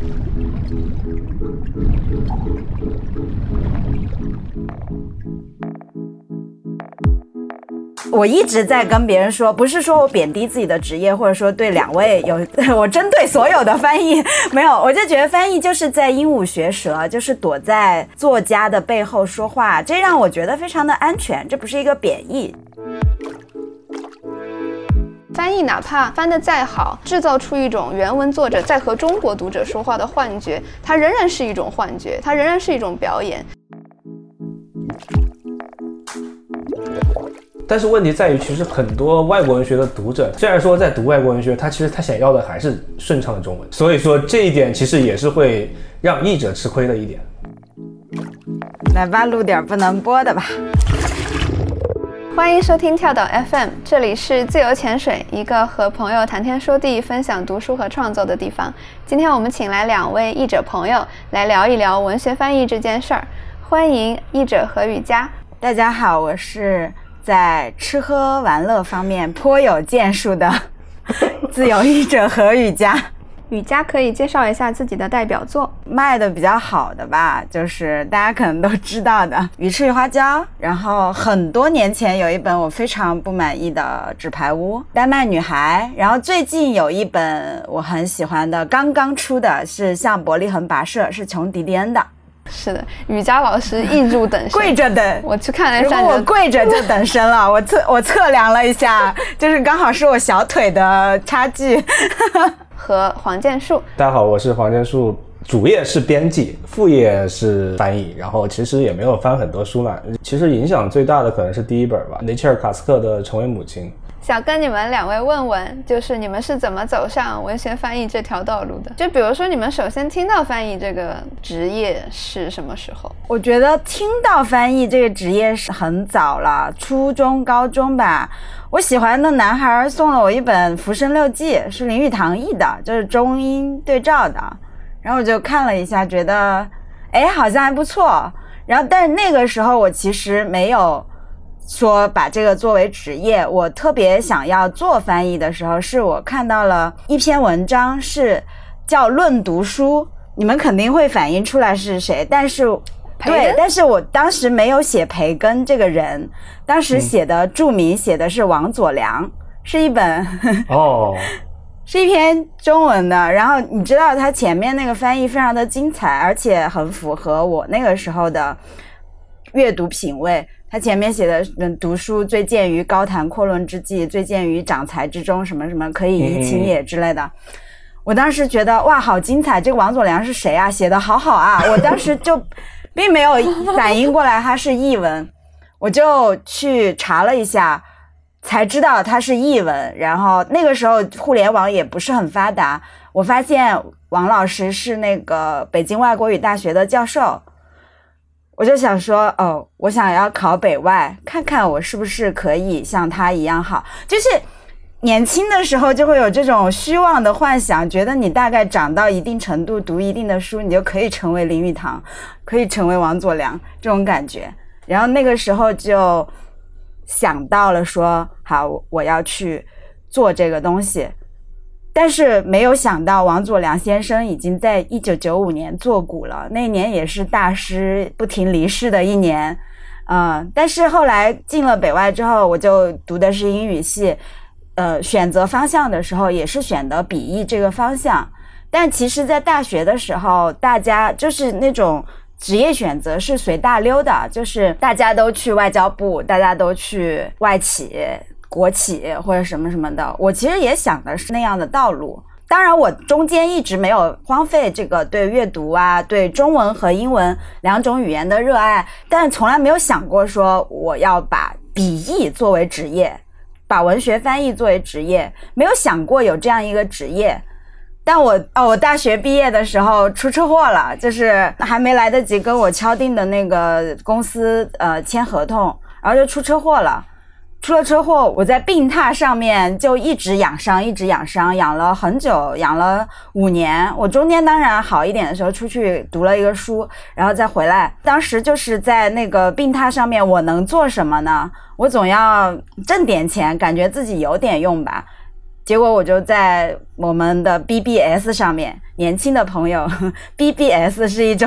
我一直在跟别人说，不是说我贬低自己的职业，或者说对两位有我针对所有的翻译没有，我就觉得翻译就是在鹦鹉学舌，就是躲在作家的背后说话，这让我觉得非常的安全，这不是一个贬义。 翻译哪怕翻得再好，制造出一种原文作者在和中国读者说话的幻觉，它仍然是一种幻觉，它仍然是一种表演。 但是问题在于，其实很多外国文学的读者，虽然说在读外国文学，他其实他想要的还是顺畅的中文，所以说这一点其实也是会让译者吃亏的一点。 来吧，录点不能播的吧。 欢迎收听跳岛 FM， 这里是自由潜水，一个和朋友谈天说地、分享读书和创作的地方。今天我们请来2位译者朋友来聊一聊文学翻译这件事儿。欢迎译者何雨佳。 大家好，我是在吃喝玩乐方面颇有建树的自由译者何雨佳。 雨佳可以介绍一下自己的代表作。 卖的比较好的吧，就是大家可能都知道的《鱼翅与花椒》，然后很多年前有一本我非常不满意的《纸牌屋》，丹麦女孩，然后最近有一本我很喜欢的，刚刚出的是向伯利恒跋涉，是琼迪迪恩的。 是的，雨佳老师一入等身， 跪着等。 我去看了一下， 如果我跪着就等身了。我测量了一下，就是刚好是我小腿的差距。 和黄建树。 大家好，我是黄建树，主业是编辑，副业是翻译，然后其实也没有翻很多书嘛。其实影响最大的可能是第一本吧，雷切尔·卡斯克的《成为母亲》。 想跟你们2位问问，就是你们是怎么走上文学翻译这条道路的？就比如说你们首先听到翻译这个职业是什么时候？ 我觉得听到翻译这个职业是很早了，初中高中吧。我喜欢的男孩送了我一本《浮生六记》，是林语堂译的，就是中英对照的，然后我就看了一下，觉得好像还不错。然后但是那个时候我其实没有说把这个作为职业，我特别想要做翻译的时候，是我看到了一篇文章，是叫《论读书》，你们肯定会反映出来是谁，但是我当时没有写培根这个人，当时写的注明写的是王佐良，是一本是一篇中文的，然后你知道他前面那个翻译非常的精彩，而且很符合我那个时候的阅读品味。他前面写的读书最见于高谈阔论之际，最见于长才之中，什么什么可以怡情也之类的。我当时觉得哇好精彩，这个王佐良是谁啊，写得好好啊。我当时就并没有反应过来他是译文，我就去查了一下才知道他是译文。然后那个时候互联网也不是很发达，我发现王老师是那个北京外国语大学的教授，我就想说我想要考北外，看看我是不是可以像他一样好。就是年轻的时候就会有这种虚妄的幻想，觉得你大概长到一定程度，读一定的书，你就可以成为林语堂，可以成为王佐良这种感觉。然后那个时候就想到了说好，我要去做这个东西。但是没有想到王佐良先生已经在1995年作古了，那年也是大师不停离世的一年。但是后来进了北外之后，我就读的是英语系，选择方向的时候也是选的笔译这个方向。但其实在大学的时候，大家就是那种职业选择是随大溜的，就是大家都去外交部，大家都去外企国企或者什么什么的，我其实也想的是那样的道路。当然我中间一直没有荒废这个对阅读啊，对中文和英文2种语言的热爱，但从来没有想过说我要把笔译作为职业，把文学翻译作为职业，没有想过有这样一个职业。但我大学毕业的时候出车祸了，就是还没来得及跟我敲定的那个公司签合同，然后就出车祸了。出了车祸，我在病榻上面就一直养伤，养了很久，养了5年。我中间当然好一点的时候出去读了一个书，然后再回来。当时就是在那个病榻上面，我能做什么呢？我总要挣点钱，感觉自己有点用吧。 结果我就在我们的 BBS 上面，年轻的朋友BBS 是一种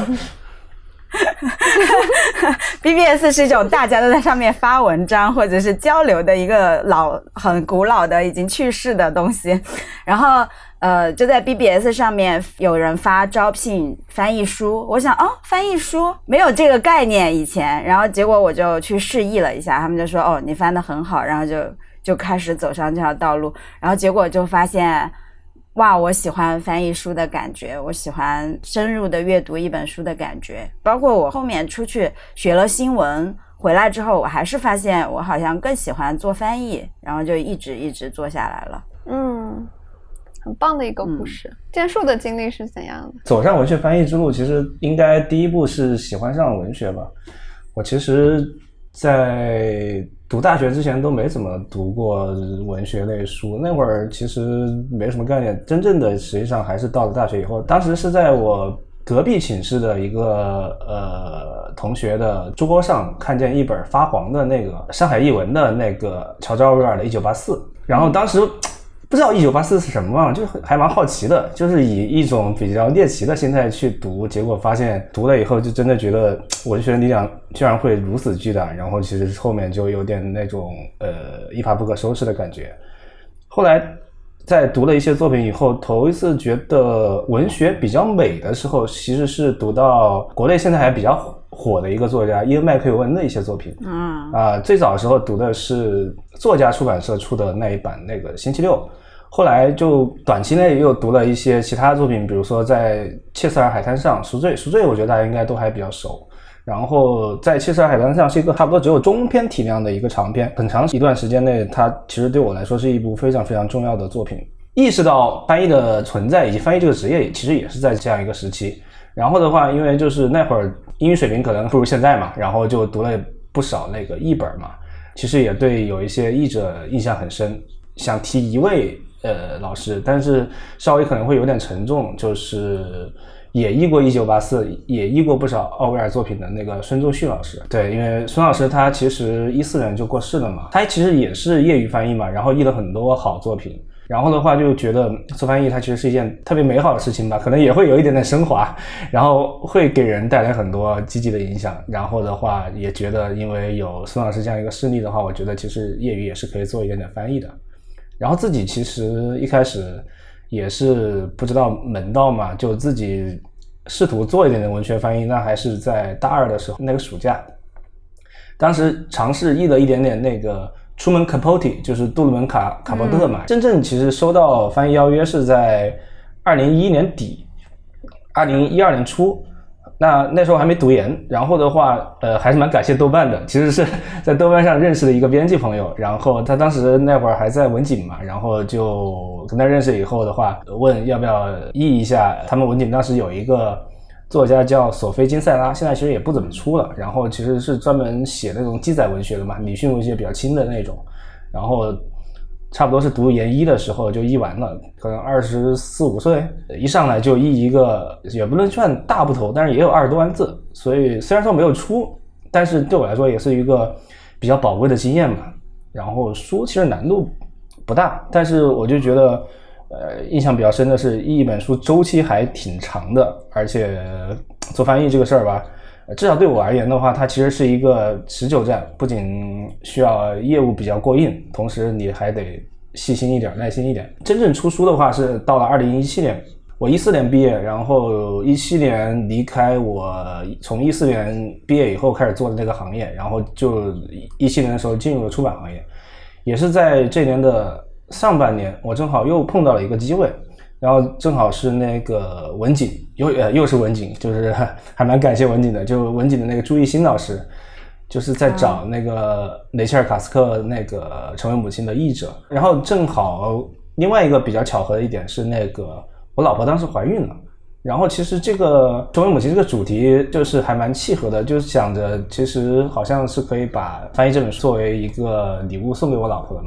BBS 是一种大家都在上面发文章或者是交流的一个很古老的已经去世的东西。然后就在 BBS 上面有人发招聘翻译书，我想翻译书没有这个概念以前，然后结果我就去示意了一下，他们就说你翻得很好，然后就开始走上这条道路。然后结果就发现哇，我喜欢翻译书的感觉，我喜欢深入的阅读一本书的感觉。包括我后面出去学了新闻回来之后，我还是发现我好像更喜欢做翻译，然后就一直做下来了。 很棒的一个故事。建树的经历是怎样的？ 走上文学翻译之路，其实应该第一步是喜欢上文学吧。我其实在读大学之前都没怎么读过文学类书，那会儿其实没什么概念，真正的实际上还是到了大学以后。当时是在我隔壁寝室的一个同学的桌钩上看见一本发黄的那个上海译文的那个乔治奥威尔的1984，然后当时不知道1984是什么嘛，就还蛮好奇的，就是以一种比较猎奇的心态去读，结果发现读了以后就真的觉得文学的力量居然会如此巨大，然后其实后面就有点那种一发不可收拾的感觉。后来在读了一些作品以后，头一次觉得文学比较美的时候，其实是读到国内现在还比较火的一个作家伊恩麦克尤恩的一些作品。最早的时候读的是作家出版社出的那一版那个星期六，后来就短期内又读了一些其他作品，比如说在切斯尔海滩上赎罪我觉得大家应该都还比较熟。然后在切斯尔海滩上是一个差不多只有中篇体量的一个长篇，很长一段时间内它其实对我来说是一部非常非常重要的作品。意识到翻译的存在以及翻译这个职业其实也是在这样一个时期。然后的话因为就是那会儿英语水平可能不如现在嘛，然后就读了不少那个译本嘛，其实也对有一些译者印象很深。想提一位老师，但是稍微可能会有点沉重，就是也译过1984，也译过不少奥威尔作品的那个孙周旭老师。对，因为孙老师他其实14年就过世了嘛，他其实也是业余翻译嘛，然后译了很多好作品。然后的话就觉得做翻译它其实是一件特别美好的事情吧，可能也会有一点点升华，然后会给人带来很多积极的影响。然后的话也觉得因为有孙老师这样一个事例的话，我觉得其实业余也是可以做一点点翻译的。然后自己其实一开始也是不知道门道嘛，就自己试图做一点点文学翻译，那还是在大二的时候那个暑假，当时尝试译了一点点那个Truman Capote， 就是杜鲁门卡波特嘛。真正其实收到翻译邀约是在2011年底2012年初，那时候还没读研。然后的话还是蛮感谢豆瓣的，其实是在豆瓣上认识的一个编辑朋友，然后他当时那会儿还在文景嘛，然后就跟他认识以后的话问要不要译一下，他们文景当时有一个作家叫索菲金塞拉，现在其实也不怎么出了，然后其实是专门写那种记载文学的嘛，女性文学比较轻的那种，然后差不多是读研一的时候就译完了，可能24、25岁一上来就译一个，也不能算大部头，但是也有20多万字，所以虽然说没有出，但是对我来说也是一个比较宝贵的经验嘛。然后书其实难度不大，但是我就觉得印象比较深的是译一本书周期还挺长的，而且做翻译这个事儿吧，至少对我而言的话，它其实是一个持久战，不仅需要业务比较过硬，同时你还得细心一点，耐心一点。真正出书的话是到了2017年，我14年毕业，然后17年离开我从14年毕业以后开始做的那个行业，然后就17年的时候进入了出版行业。也是在这年的上半年，我正好又碰到了一个机会，然后正好是那个文景，又是文景，就是还蛮感谢文景的，就文景的那个朱艺兴老师，就是在找那个雷切尔·卡斯克那个成为母亲的译者。然后正好另外一个比较巧合的一点是那个我老婆当时怀孕了，然后其实这个成为母亲这个主题就是还蛮契合的，就是想着其实好像是可以把翻译这本书作为一个礼物送给我老婆的嘛。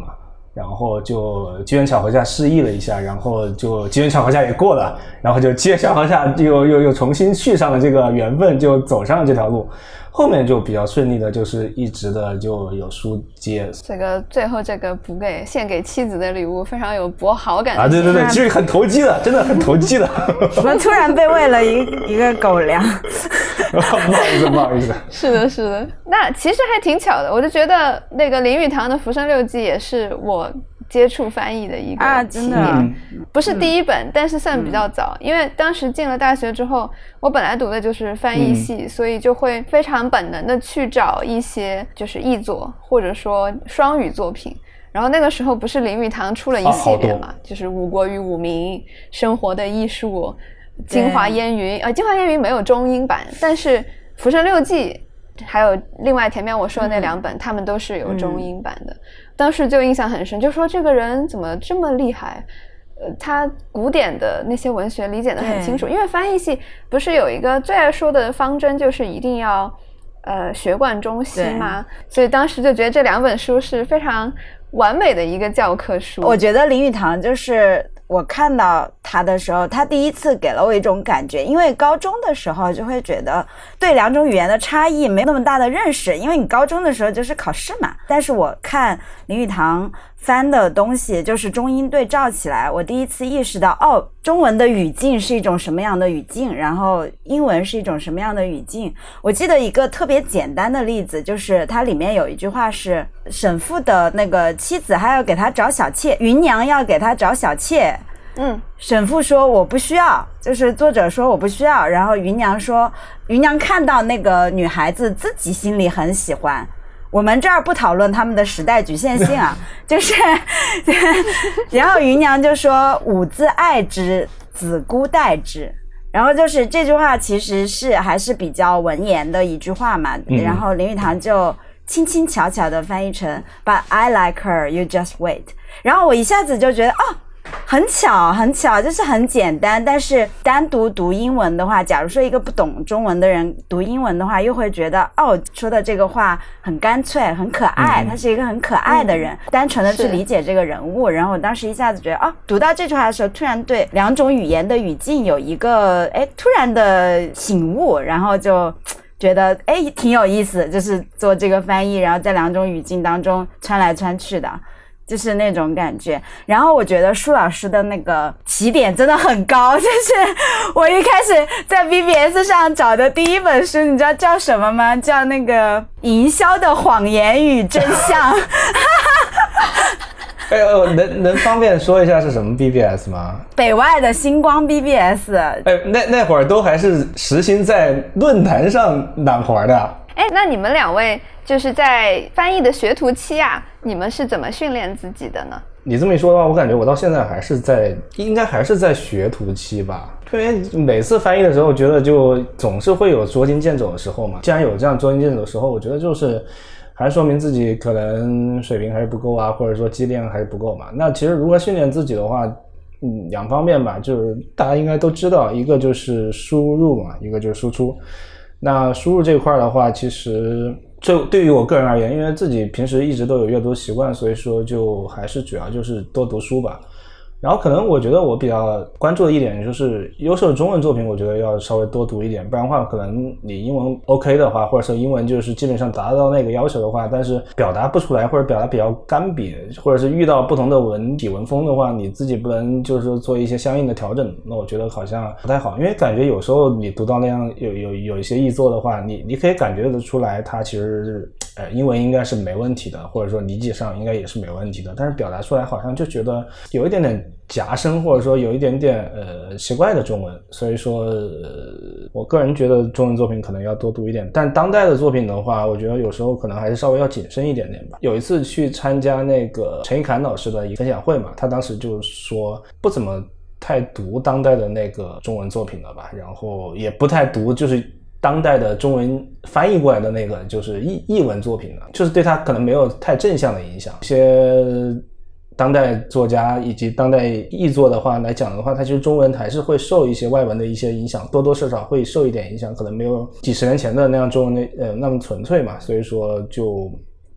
然后就机缘巧合下失忆了一下，然后就机缘巧合下也过了，然后就机缘巧合下又重新续上了这个缘分，就走上了这条路。后面就比较顺利的，就是一直的就有书接。 这个最后这个献给妻子的礼物非常有博好感的啊！对，其实很投机的，真的很投机的。 我突然被喂了一个狗粮。 不好意思。 是的，那其实还挺巧的，我就觉得那个林语堂的《浮生六记》也是我接触翻译的一个起点，不是第一本，但是算比较早，因为当时进了大学之后，我本来读的就是翻译系，所以就会非常本能的去找一些就是译作或者说双语作品。然后那个时候不是林语堂出了一系列嘛，就是《五国与五民》、《生活的艺术》、《京华烟云》京华烟云没有中英版，但是《浮生六记》还有另外前面我说的那2本，他们都是有中英版的。当时就印象很深，就说这个人怎么这么厉害，他古典的那些文学理解得很清楚。因为翻译系不是有一个最爱说的方针，就是一定要学贯中西吗？所以当时就觉得这2本书是非常完美的一个教科书。 我觉得林语堂就是我看到他的时候，他第一次给了我一种感觉，因为高中的时候就会觉得对2种语言的差异没那么大的认识，因为你高中的时候就是考试嘛。但是我看林语堂翻的东西，就是中英对照起来，我第一次意识到，中文的语境是一种什么样的语境，然后英文是一种什么样的语境。我记得一个特别简单的例子，就是它里面有一句话是沈复的那个妻子还要给他找小妾，芸娘要给他找小妾，沈复说我不需要，就是作者说我不需要，然后芸娘说，芸娘看到那个女孩子自己心里很喜欢。我们这儿不讨论他们的时代局限性啊，就是然后芸娘就说吾自爱之，子姑待之。然后就是这句话其实是还是比较文言的一句话嘛，然后林语堂就轻轻巧巧的翻译成 But I like her, you just wait。 然后我一下子就觉得很巧，就是很简单。但是单独读英文的话，假如说一个不懂中文的人读英文的话，又会觉得说的这个话很干脆很可爱，他是一个很可爱的人，单纯的去理解这个人物。然后我当时一下子觉得读到这句话的时候，突然对2种语言的语境有一个突然的醒悟，然后就觉得挺有意思，就是做这个翻译，然后在2种语境当中穿来穿去的，就是那种感觉。然后我觉得舒老师的那个起点真的很高，就是我一开始在 BBS 上找的第一本书，你知道叫什么吗？叫那个《营销的谎言与真相》。 能方便说一下是什么 BBS 吗？ 北外的星光 BBS。 那会儿都还是实行在论坛上揽活的。 那你们2位就是在翻译的学徒期啊，你们是怎么训练自己的呢？ 你这么一说的话，我感觉我到现在应该还是在学徒期吧。因为每次翻译的时候，觉得就总是会有捉襟见肘的时候嘛。既然有这样捉襟见肘的时候，我觉得就是还是说明自己可能水平还是不够啊，或者说积淀还是不够嘛。那其实如何训练自己的话，2方面吧，就是大家应该都知道，一个就是输入嘛，一个就是输出。那输入这块的话，其实就对于我个人而言，因为自己平时一直都有阅读习惯，所以说就还是主要就是多读书吧。然后可能我觉得我比较关注的一点就是优秀的中文作品，我觉得要稍微多读一点，不然的话可能你英文 OK 的话，或者说英文就是基本上达到那个要求的话，但是表达不出来或者表达比较干瘪，或者是遇到不同的文体文风的话，你自己不能就是做一些相应的调整，那我觉得好像不太好。因为感觉有时候你读到那样有一些译作的话，你可以感觉得出来它其实是英文应该是没问题的，或者说理解上应该也是没问题的，但是表达出来好像就觉得有一点点夹生，或者说有一点点奇怪的中文。所以说我个人觉得中文作品可能要多读一点，但当代的作品的话，我觉得有时候可能还是稍微要谨慎一点点吧。有一次去参加那个陈一侃老师的一个分享会嘛，他当时就说不怎么太读当代的那个中文作品了吧，然后也不太读就是当代的中文翻译过来的那个就是译文作品了，就是对他可能没有太正向的影响。一些当代作家以及当代译作的话来讲的话，它其实中文还是会受一些外文的一些影响，多多少少会受一点影响，可能没有几十年前的那样中文的那么纯粹嘛，所以说就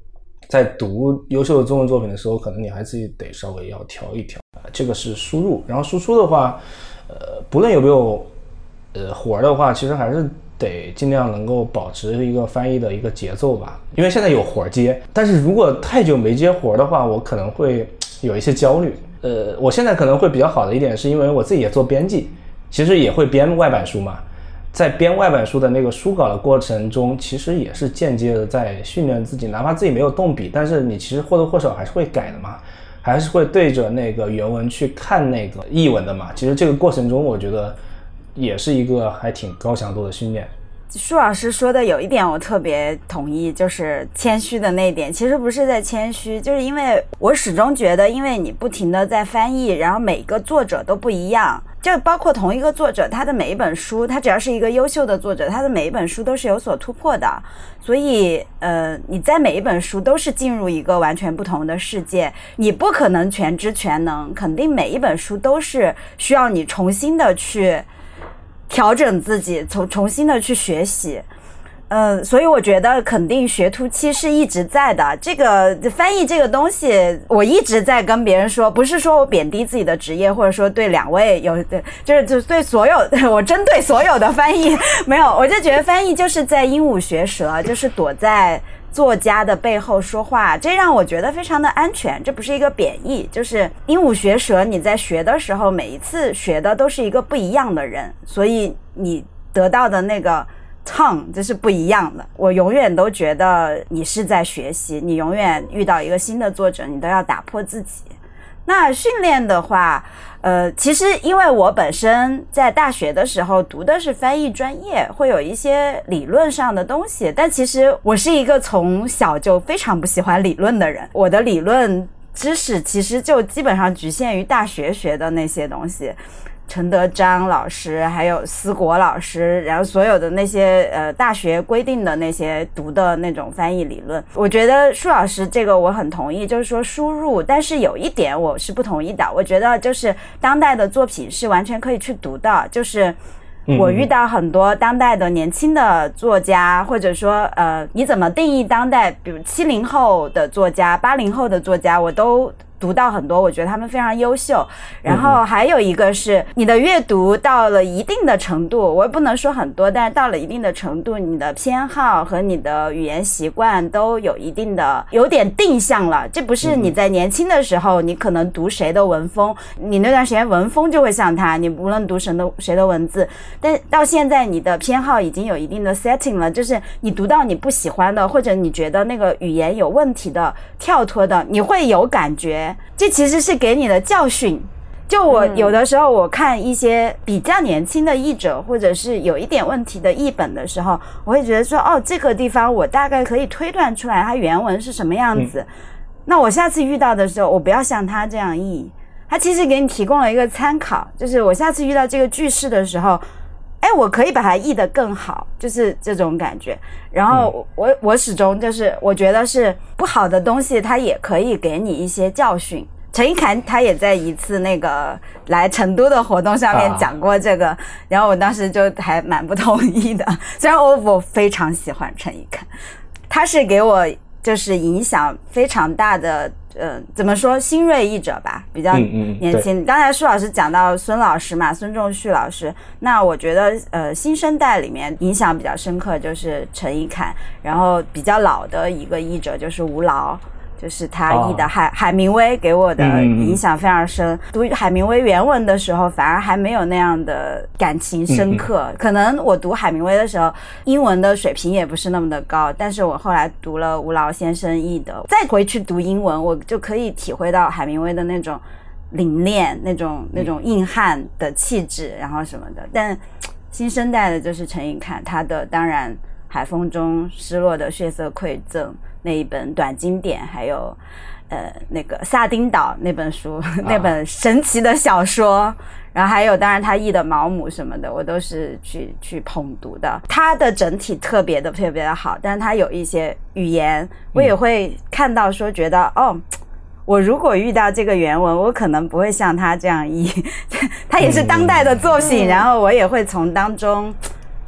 在读优秀的中文作品的时候，可能你还自己得稍微要调一调。这个是输入，然后输出的话，不论有没有活的话，其实还是得尽量能够保持一个翻译的一个节奏吧。因为现在有活接，但是如果太久没接活的话，我可能会有一些焦虑。我现在可能会比较好的一点，是因为我自己也做编辑，其实也会编外版书嘛。在编外版书的那个书稿的过程中，其实也是间接的在训练自己，哪怕自己没有动笔，但是你其实或多或少还是会改的嘛，还是会对着那个原文去看那个译文的嘛。其实这个过程中，我觉得也是一个还挺高强度的训练。 舒老师说的有一点我特别同意，就是谦虚的那一点。其实不是在谦虚，就是因为我始终觉得，因为你不停的在翻译，然后每个作者都不一样，就包括同一个作者，他的每一本书，他只要是一个优秀的作者，他的每一本书都是有所突破的。所以你在每一本书都是进入一个完全不同的世界，你不可能全知全能，肯定每一本书都是需要你重新的去调整自己，重新的去学习。所以我觉得肯定学徒期是一直在的。这个翻译这个东西，我一直在跟别人说，不是说我贬低自己的职业，或者说对两位就是对所有，我针对所有的翻译没有，我就觉得翻译就是在鹦鹉学舌，就是躲在作家的背后说话，这让我觉得非常的安全。这不是一个贬义，就是鹦鹉学舌，你在学的时候，每一次学的都是一个不一样的人，所以你得到的那个tongue就是不一样的。我永远都觉得你是在学习，你永远遇到一个新的作者，你都要打破自己。那训练的话，其实因为我本身在大学的时候读的是翻译专业，会有一些理论上的东西，但其实我是一个从小就非常不喜欢理论的人，我的理论知识其实就基本上局限于大学学的那些东西，陈德章老师还有思国老师，然后所有的那些大学规定的那些读的那种翻译理论。我觉得舒老师这个我很同意，就是说输入，但是有一点我是不同意的，我觉得就是当代的作品是完全可以去读的，就是我遇到很多当代的年轻的作家，或者说你怎么定义当代，比如70后的作家、80后的作家，我都读到很多，我觉得他们非常优秀。然后还有一个是你的阅读到了一定的程度，我也不能说很多，但是到了一定的程度，你的偏好和你的语言习惯都有一定的有点定向了。这不是你在年轻的时候你可能读谁的文风，你那段时间文风就会像他，你无论读谁的文字，但到现在你的偏好已经有一定的 setting 了，就是你读到你不喜欢的，或者你觉得那个语言有问题的、跳脱的，你会有感觉，这其实是给你的教训。就我有的时候我看一些比较年轻的译者，或者是有一点问题的译本的时候，我会觉得说，哦，这个地方我大概可以推断出来它原文是什么样子，那我下次遇到的时候我不要像他这样译，他其实给你提供了一个参考，就是我下次遇到这个句式的时候，我可以把它译得更好，就是这种感觉。然后我始终就是我觉得是不好的东西它也可以给你一些教训。陈一侃他也在一次那个来成都的活动上面讲过这个，然后我当时就还蛮不同意的。虽然我非常喜欢陈一侃，他是给我就是影响非常大的怎么说新锐译者吧，比较年轻。刚才舒老师讲到孙老师嘛，孙仲旭老师，那我觉得新生代里面影响比较深刻就是陈一侃，然后比较老的一个译者就是吴劳，就是他译的海明威给我的影响非常深。读海明威原文的时候反而还没有那样的感情深刻，可能我读海明威的时候英文的水平也不是那么的高，但是我后来读了吴劳先生译的，再回去读英文，我就可以体会到海明威的那种凝练，那种硬汉的气质，然后什么的。但新生代的就是陈一侃，他的当然海风中失落的血色馈赠那一本短经典，还有那个萨丁岛那本书，那本神奇的小说，然后还有当然他译的毛姆什么的，我都是去捧读的。他的整体特别的好，但是他有一些语言我也会看到说觉得我如果遇到这个原文我可能不会像他这样译他也是当代的作品，然后我也会从当中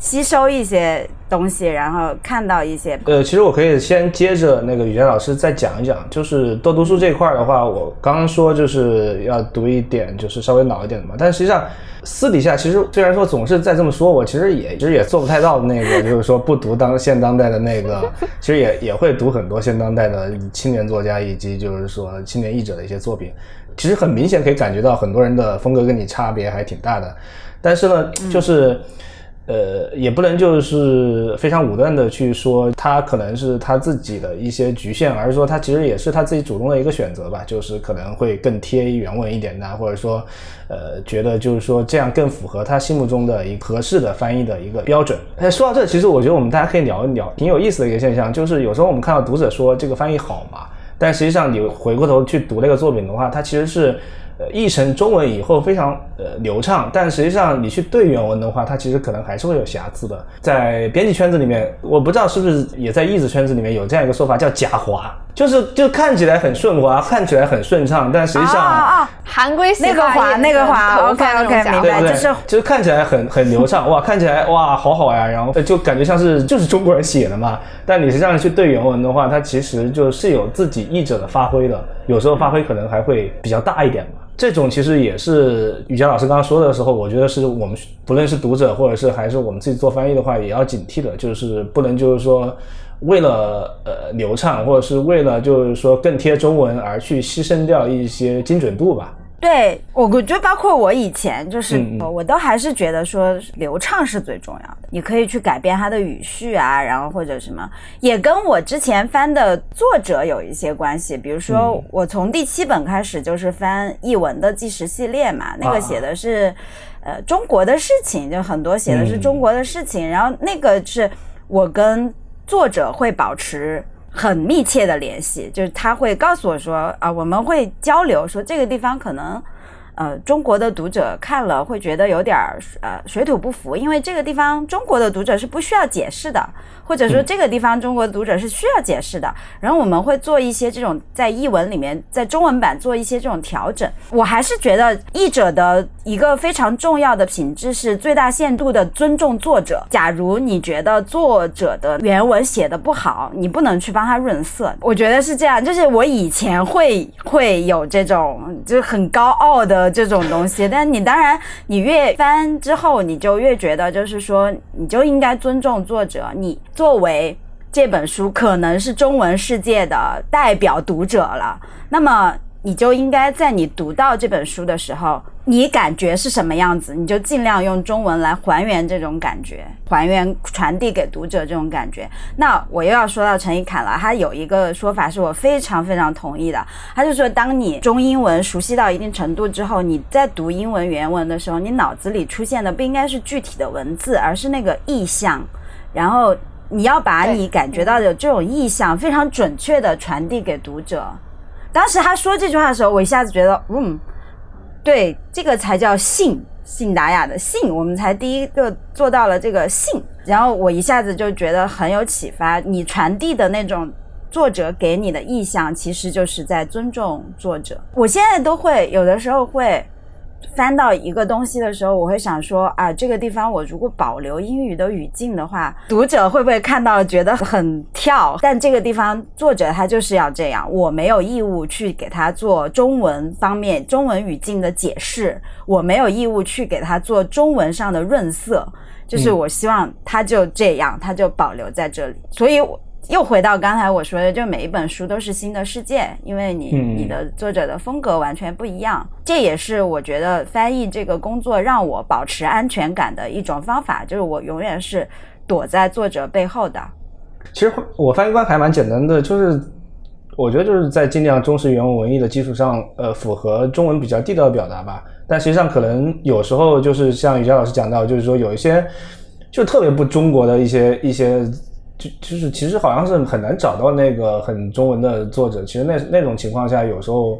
吸收一些东西，然后看到一些其实我可以先接着那个雨佳老师再讲一讲，就是多读书这一块的话，我刚刚说就是要读一点就是稍微老一点的嘛，但实际上私底下其实虽然说总是在这么说，我其实也做不太到那个就是说不读现当代的那个其实也会读很多现当代的青年作家以及就是说青年译者的一些作品，其实很明显可以感觉到很多人的风格跟你差别还挺大的，但是呢就是也不能就是非常武断的去说他可能是他自己的一些局限，而是说他其实也是他自己主动的一个选择吧，就是可能会更贴原文一点的，或者说觉得就是说这样更符合他心目中的一个合适的翻译的一个标准。说到这，其实我觉得我们大家可以聊一聊挺有意思的一个现象，就是有时候我们看到读者说这个翻译好嘛，但实际上你回过头去读那个作品的话，它其实是译成中文以后非常流畅，但实际上你去对原文的话，它其实可能还是会有瑕疵的。在编辑圈子里面，我不知道是不是也在译者圈子里面有这样一个说法叫假滑，就看起来很顺滑，看起来很顺畅，但实际上韩规那个滑 OK 明白， 就是看起来很流畅，哇，看起来哇好好呀，然后就感觉像是就是中国人写的嘛，但你实际上去对原文的话，它其实就是有自己译者的发挥的，有时候发挥可能还会比较大一点嘛。这种其实也是雨佳老师刚刚说的时候，我觉得是我们不论是读者或者是还是我们自己做翻译的话，也要警惕的，就是不能就是说为了流畅或者是为了就是说更贴中文而去牺牲掉一些精准度吧。 对，我觉得包括我以前就是我都还是觉得说流畅是最重要的，你可以去改变它的语序啊，然后或者什么，也跟我之前翻的作者有一些关系。比如说我从第7本开始就是翻译文的纪实系列嘛，那个写的是中国的事情，就很多写的是中国的事情，然后那个是我跟作者会保持很密切的联系，就是他会告诉我说我们会交流说这个地方可能中国的读者看了会觉得有点水土不服，因为这个地方中国的读者是不需要解释的，或者说这个地方中国的读者是需要解释的，然后我们会做一些这种在译文里面在中文版做一些这种调整。我还是觉得译者的一个非常重要的品质是最大限度的尊重作者。假如你觉得作者的原文写得不好，你不能去帮他润色，我觉得是这样。就是我以前会有这种就是很高傲的这种东西，但你当然你越翻之后你就越觉得就是说你就应该尊重作者，你作为这本书可能是中文世界的代表读者了，那么你就应该在你读到这本书的时候，你感觉是什么样子，你就尽量用中文来还原这种感觉，传递给读者这种感觉。那我又要说到陈一侃了，他有一个说法是我非常非常同意的，他就说当你中英文熟悉到一定程度之后，你在读英文原文的时候，你脑子里出现的不应该是具体的文字，而是那个意象，然后你要把你感觉到的这种意象非常准确的传递给读者。当时他说这句话的时候，我一下子觉得对，这个才叫信达雅的信，我们才第一个做到了这个信。然后我一下子就觉得很有启发，你传递的那种作者给你的意向其实就是在尊重作者。我现在都会有的时候会翻到一个东西的时候，我会想说这个地方我如果保留英语的语境的话，读者会不会看到觉得很跳，但这个地方作者他就是要这样，我没有义务去给他做中文方面中文语境的解释，我没有义务去给他做中文上的润色，就是我希望他就这样，他就保留在这里。所以又回到刚才我说的，就每一本书都是新的世界，因为你的作者的风格完全不一样。这也是我觉得翻译这个工作让我保持安全感的一种方法，就是我永远是躲在作者背后的。 其实我翻译官还蛮简单的，就是我觉得就是在尽量忠实原文文艺的基础上符合中文比较地道的表达吧。但实际上可能有时候就是像雨佳老师讲到，就是说有一些就特别不中国的一些就是其实好像是很难找到那个很中文的作者，其实那种情况下有时候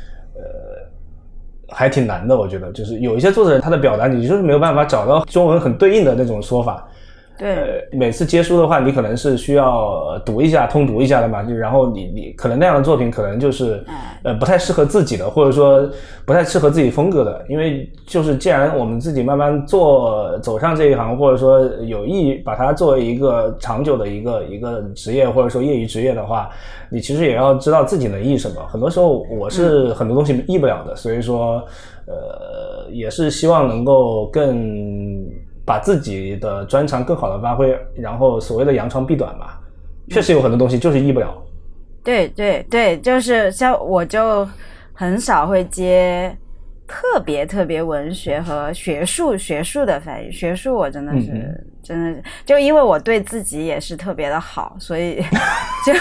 还挺难的。我觉得就是有一些作者他的表达你就是没有办法找到中文很对应的那种说法， 对， 每次接书的话，你可能是需要读一下、通读一下的嘛，然后你可能那样的作品可能就是不太适合自己的，或者说不太适合自己风格的，因为就是既然我们自己慢慢走上这一行，或者说有意把它作为一个长久的一个职业，或者说业余职业的话，你其实也要知道自己能译什么。很多时候我是很多东西译不了的，所以说也是希望能够更把自己的专长更好的发挥，然后所谓的扬长避短吧，确实有很多东西就是译不了。 对对对，就是像我就很少会接特别文学和学术的翻译，学术我真的是就因为我对自己也是特别的好，所以就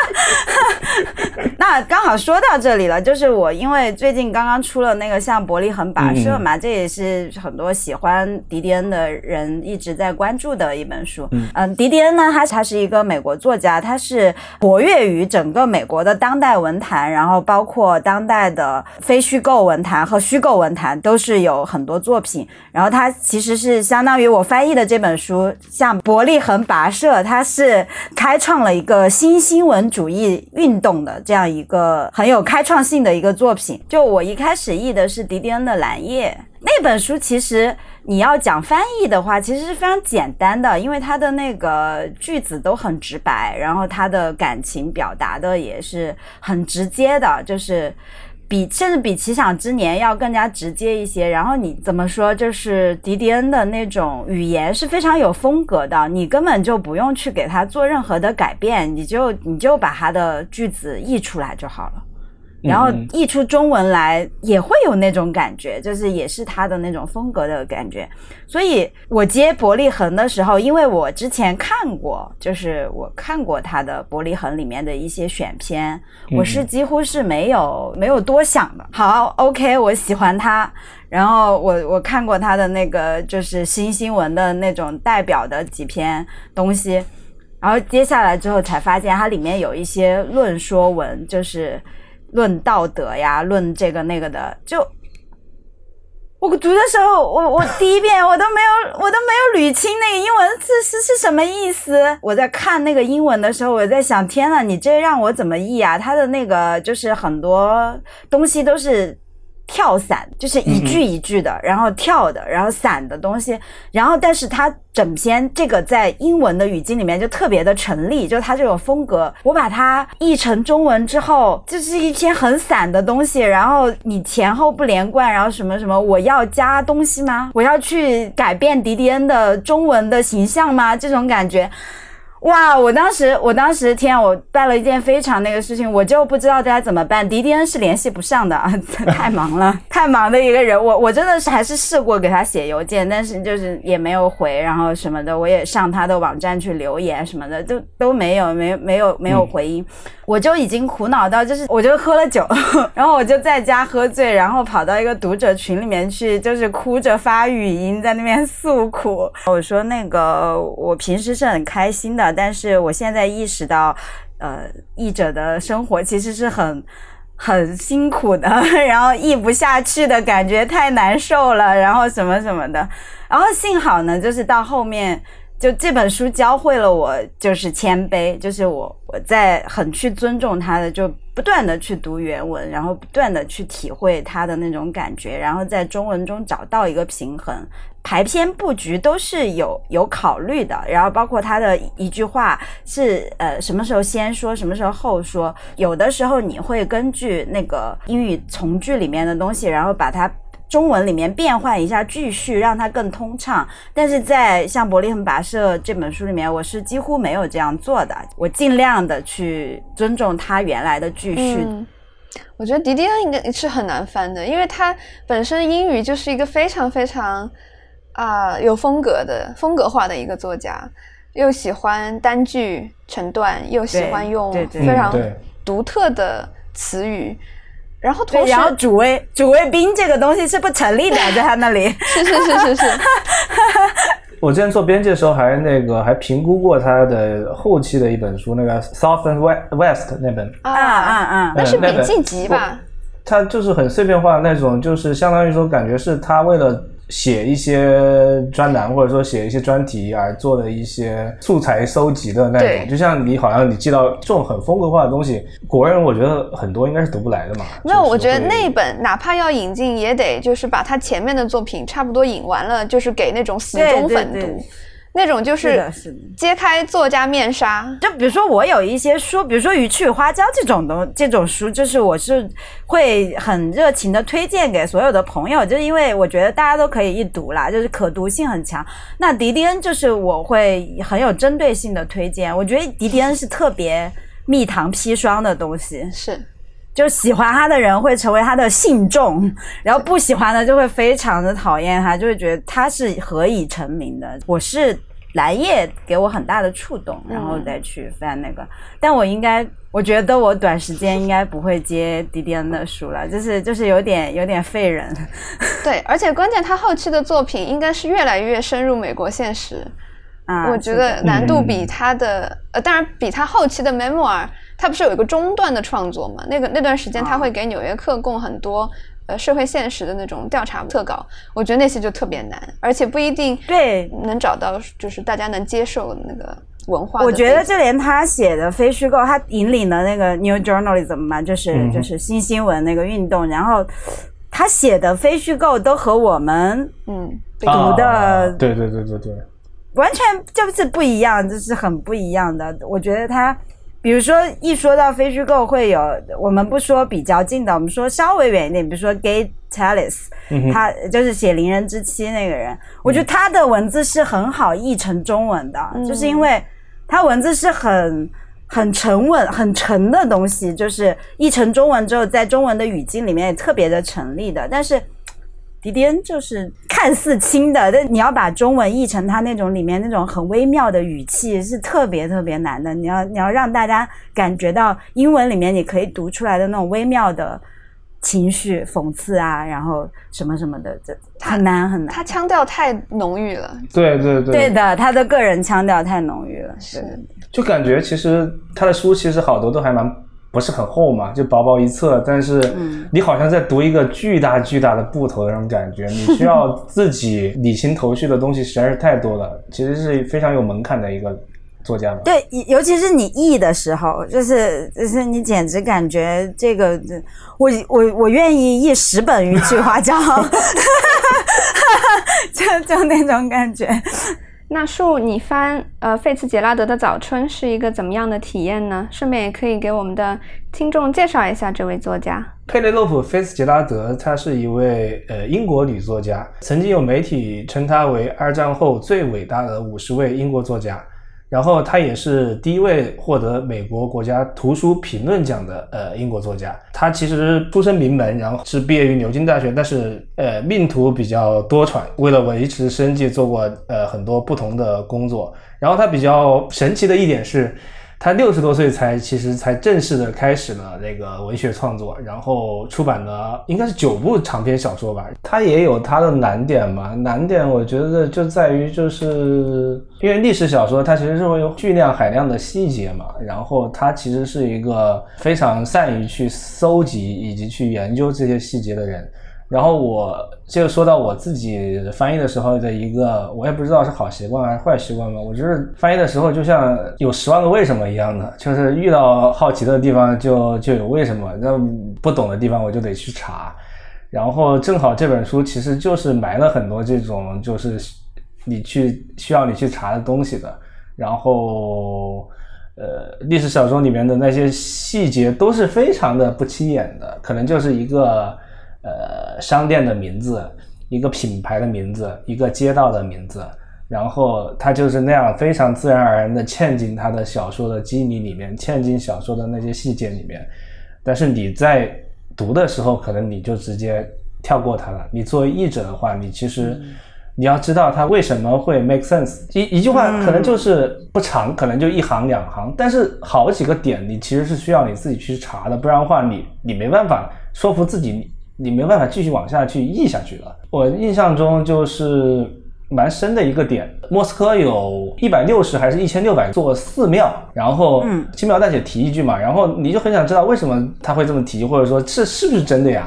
那刚好说到这里了，就是我因为最近刚刚出了那个像伯利恒跋涉嘛，这也是很多喜欢迪迪恩的人一直在关注的一本书。迪迪恩呢，他是一个美国作家，他是活跃于整个美国的当代文坛，然后包括当代的非虚构文坛和虚构文坛都是有很多作品。然后他其实是相当于我翻译的这本书，像伯利恒跋涉，他是开创了一个新新闻主义运动的这样一个很有开创性的一个作品。就我一开始译的是迪迪恩的蓝夜那本书，其实你要讲翻译的话其实是非常简单的，因为它的那个句子都很直白，然后它的感情表达的也是很直接的，就是甚至比奇想之年要更加直接一些。然后你怎么说，就是迪迪恩的那种语言是非常有风格的，你根本就不用去给他做任何的改变，你就把他的句子译出来就好了，然后译出中文来也会有那种感觉，就是也是他的那种风格的感觉。所以我接伯利恒的时候，因为我之前看过，就是我看过他的伯利恒里面的一些选片，我是几乎是没有多想的。好 OK， 我喜欢他，然后我看过他的那个就是新新闻的那种代表的几篇东西，然后接下来之后才发现它里面有一些论说文，就是论道德呀，论这个那个的，就我读的时候，我第一遍我都没有捋清那个英文是什么意思。我在看那个英文的时候，我在想，天哪，你这让我怎么译啊？它的那个就是很多东西都是跳散，就是一句一句的，然后跳的，然后散的东西，然后但是它整篇这个在英文的语境里面就特别的成立，就它这种风格，我把它译成中文之后，就是一篇很散的东西，然后你前后不连贯，然后什么什么，我要加东西吗？我要去改变迪迪恩的中文的形象吗？这种感觉。哇！我当时天，我办了一件非常那个事情，我就不知道该怎么办。迪迪恩是联系不上的啊，太忙了，太忙的一个人。我真的是还是试过给他写邮件，但是就是也没有回，然后什么的，我也上他的网站去留言什么的，都没有回音。我就已经苦恼到，就是我就喝了酒，然后我就在家喝醉，然后跑到一个读者群里面去，就是哭着发语音在那边诉苦。我说那个我平时是很开心的，但是我现在意识到译者的生活其实是很辛苦的，然后译不下去的感觉太难受了，然后什么什么的。然后幸好呢，就是到后面就这本书教会了我就是谦卑，就是我在很去尊重他的，就不断的去读原文，然后不断的去体会他的那种感觉，然后在中文中找到一个平衡，排篇布局都是有考虑的，然后包括他的一句话是什么时候先说什么时候后说，有的时候你会根据那个英语从句里面的东西，然后把它中文里面变换一下句序，让它更通畅。但是在像伯利恒跋涉这本书里面，我是几乎没有这样做的，我尽量的去尊重它原来的句序。 我觉得迪迪恩应该是很难翻的，因为他本身英语就是一个非常非常有风格化的一个作家，又喜欢单句成段，又喜欢用非常独特的词语。然后同时， 然后主谓宾这个东西是不成立的，在他那里。 是。 我之前做编辑的时候还评估过他的后期的一本书，那个 South and West 那本。 那是笔记集吧？ 它就是很碎片化的那种，就是相当于说感觉是他为了写一些专栏或者说写一些专题而做的一些素材搜集的那种，就像你好像你记到这种很风格化的东西，国人我觉得很多应该是读不来的嘛。 没有，我觉得那本哪怕要引进也得就是把他前面的作品差不多引完了，就是给那种死忠粉读。对，那种就是揭开作家面纱。 就比如说我有一些书，比如说《鱼翅与花椒》这种书，就是我是会很热情的推荐给所有的朋友，就是因为我觉得大家都可以一读啦，就是可读性很强。那迪迪恩就是我会很有针对性的推荐，我觉得迪迪恩是特别蜜糖砒霜的东西， 是。 就喜欢他的人会成为他的信众，然后不喜欢的就会非常的讨厌他，就会觉得他是何以成名的。我是蓝叶给我很大的触动，然后再去翻那个。但我觉得我短时间应该不会接迪迪恩的书了，就是有点废人。 对，而且关键他后期的作品应该是越来越深入美国现实。我觉得难度比他的当然比他后期的 memoir， 他不是有一个中段的创作嘛？那段时间他会给《纽约客》供很多社会现实的那种调查特稿，我觉得那些就特别难，而且不一定能找到就是大家能接受的那个文化的。 我觉得就连他写的非虚构，他引领了那个 New Journalism 嘛，就是新新闻那个运动，然后他写的非虚构都和我们读的对完全就是不一样，就是很不一样的。我觉得他比如说一说到非虚构会有，我们不说比较近的，我们说稍微远一点，比如说 Gay Tallis，他就是写《邻人之妻》那个人，我觉得他的文字是很好译成中文的，就是因为他文字是很沉稳很沉的东西，就是译成中文之后在中文的语境里面也特别的成立的。但是迪迪恩就是看似轻的，但你要把中文译成他那种里面那种很微妙的语气是特别特别难的，你要让大家感觉到英文里面你可以读出来的那种微妙的情绪讽刺啊，然后什么什么的，这很难很难。 他腔调太浓郁了。 对的，他的个人腔调太浓郁了。是， 就感觉其实他的书其实好多都还不是很厚嘛，就薄薄一册，但是你好像在读一个巨大巨大的部头的那种感觉，你需要自己理清头绪的东西实在是太多了，其实是非常有门槛的一个作家嘛。 对，尤其是你译的时候，就是你简直感觉这个我愿意译10本鱼翅花椒就那种感觉。 那树，你翻费茨杰拉德的《早春》是一个怎么样的体验呢？顺便也可以给我们的听众介绍一下这位作家。 佩雷洛普·费茨杰拉德，她是一位英国女作家，曾经有媒体称她为二战后最伟大的50位英国作家。然后他也是第一位获得美国国家图书评论奖的英国作家。他其实出身名门，然后是毕业于牛津大学，但是命途比较多舛，为了维持生计做过很多不同的工作。然后他比较神奇的一点是，他60多岁其实才正式的开始了那个文学创作，然后出版了应该是9部长篇小说吧。他也有他的难点嘛，难点我觉得就在于就是因为历史小说它其实是会有巨量海量的细节嘛，然后他其实是一个非常善于去搜集以及去研究这些细节的人。然后我就说到我自己翻译的时候的一个，我也不知道是好习惯还是坏习惯吧，我就是翻译的时候就像有10万个为什么一样的，就是遇到好奇的地方就有为什么，那不懂的地方我就得去查。然后正好这本书其实就是埋了很多这种就是需要你去查的东西的。然后历史小说里面的那些细节都是非常的不起眼的，可能就是一个商店的名字，一个品牌的名字，一个街道的名字，然后他就是那样非常自然而然的嵌进他的小说的机理里面，嵌进小说的那些细节里面。但是你在读的时候可能你就直接跳过它了，你作为译者的话，你其实你要知道它为什么会 make sense。 一句话可能就是不长，可能就1行2行，但是好几个点你其实是需要你自己去查的，不然的话你没办法说服自己，你没办法继续往下去译下去了。我印象中就是蛮深的一个点，莫斯科有160还是1600座寺庙，然后轻描淡写提一句嘛，然后你就很想知道为什么他会这么提，或者说是不是真的呀。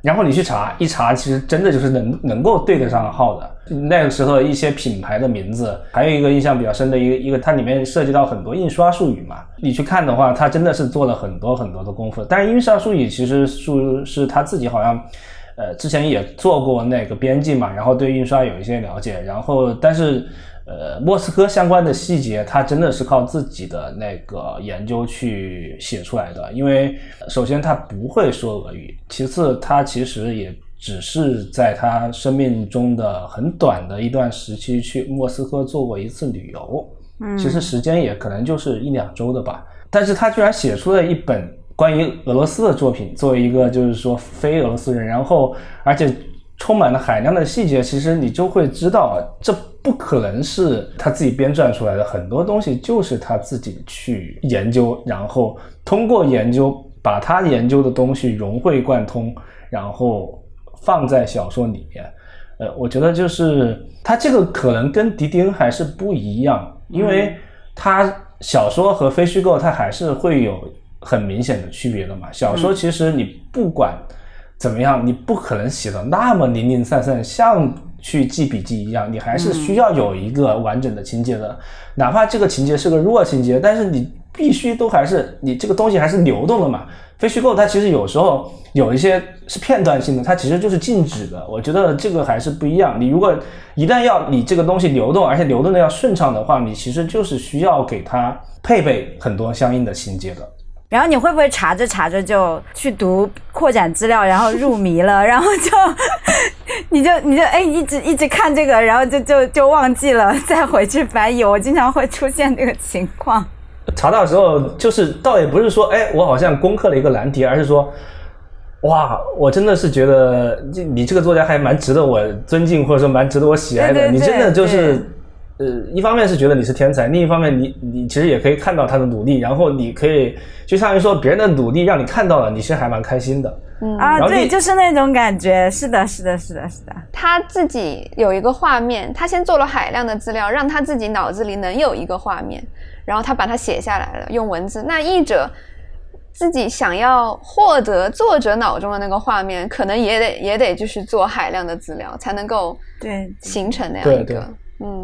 然后你去查一查，其实真的就是能够对得上号的。那个时候一些品牌的名字，还有一个印象比较深的一个，它里面涉及到很多印刷术语嘛。你去看的话，它真的是做了很多很多的功夫。但是印刷术语其实是他自己好像，之前也做过那个编辑嘛，然后对印刷有一些了解。然后但是莫斯科相关的细节，他真的是靠自己的那个研究去写出来的。因为首先他不会说俄语，其次他其实也只是在他生命中的很短的一段时期去莫斯科做过一次旅游，其实时间也可能就是1-2周的吧。但是他居然写出了一本关于俄罗斯的作品，作为一个就是说非俄罗斯人，然后而且充满了海量的细节，其实你就会知道这不可能是他自己编撰出来的，很多东西就是他自己去研究，然后通过研究把他研究的东西融会贯通，然后放在小说里面。我觉得就是他这个可能跟迪丁还是不一样，因为他小说和非虚构它还是会有很明显的区别的嘛。小说其实你不管怎么样，你不可能写的那么零零散散，像去记笔记一样，你还是需要有一个完整的情节的，哪怕这个情节是个弱情节，但是你必须都还是你这个东西还是流动的嘛。非虚构它其实有时候有一些是片段性的，它其实就是静止的，我觉得这个还是不一样。你如果一旦要你这个东西流动，而且流动的要顺畅的话，你其实就是需要给它配备很多相应的情节的。 然后你会不会查着查着就去读扩展资料，然后入迷了，然后你就一直看这个，然后就忘记了再回去翻译。我经常会出现这个情况。 查到的时候就是倒也不是说我好像攻克了一个难题，而是说哇，我真的是觉得你这个作家还蛮值得我尊敬，或者说蛮值得我喜爱的。 对， 你真的就是一方面是觉得你是天才，另一方面你其实也可以看到他的努力，然后你可以就相当于说别人的努力让你看到了，你是还蛮开心的。 对，就是那种感觉。是的。 他自己有一个画面，他先做了海量的资料，让他自己脑子里能有一个画面，然后他把它写下来了，用文字。那译者自己想要获得作者脑中的那个画面，可能也得就是做海量的资料，才能够形成那样一个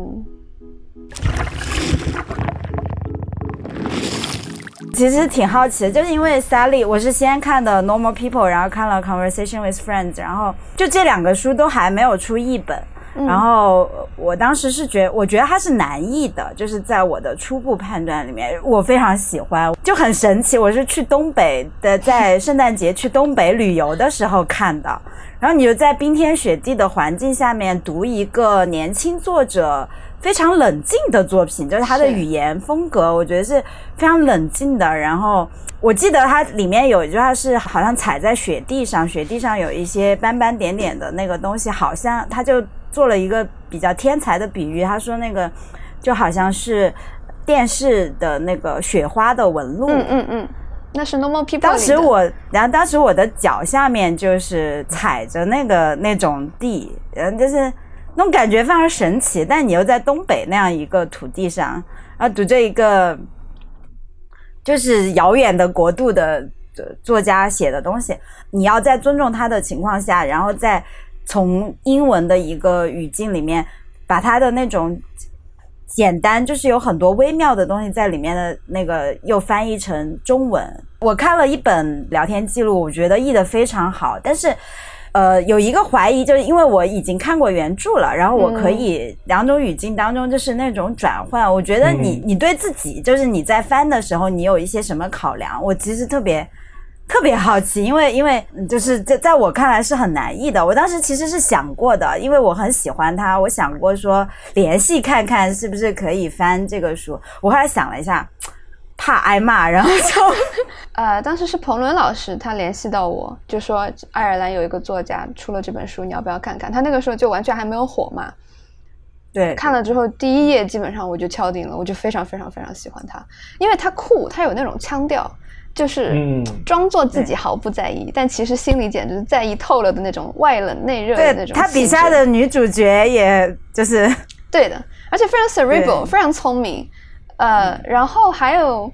其实挺好奇的，就是因为 Sally 我是先看的 Normal People， 然后看了 Conversation with Friends， 然后就这2个书都还没有出译本，然后我当时是我觉得它是难译的，就是在我的初步判断里面，我非常喜欢，就很神奇。我是去东北的，在圣诞节去东北旅游的时候看的，然后你就在冰天雪地的环境下面读一个年轻作者非常冷静的作品，就是他的语言风格我觉得是非常冷静的。然后我记得它里面有一句话是好像踩在雪地上有一些斑斑点点的那个东西，好像他就做了一个比较天才的比喻，他说那个就好像是电视的那个雪花的纹路。 那是 Normal People 当时我的脚下面就是踩着那种地，就是那种感觉非常神奇。但你又在东北那样一个土地上，然后读这一个就是遥远的国度的作家写的东西，你要在尊重他的情况下，然后再从英文的一个语境里面把他的那种简单，就是有很多微妙的东西在里面的那个又翻译成中文。我看了一本聊天记录，我觉得译得非常好，但是有一个怀疑，就是因为我已经看过原著了，然后我可以2种语境当中就是那种转换。我觉得你对自己就是你在翻的时候你有一些什么考量，我其实特别好奇，因为就是在我看来是很难译的。我当时其实是想过的，因为我很喜欢它，我想过说联系看看是不是可以翻这个书。我后来想了一下，怕挨骂，然后就当时是彭伦老师他联系到我，就说爱尔兰有一个作家出了这本书，你要不要看看。他那个时候就完全还没有火嘛， 对， 看了之后第一页基本上我就敲定了，我就非常非常非常喜欢他，因为他酷，他有那种腔调，就是装作自己毫不在意，但其实心里简直在意透了的那种外冷内热的那种。对， 他笔下的女主角也就是对的，而且非常 cerebral，非常聪明。然后还有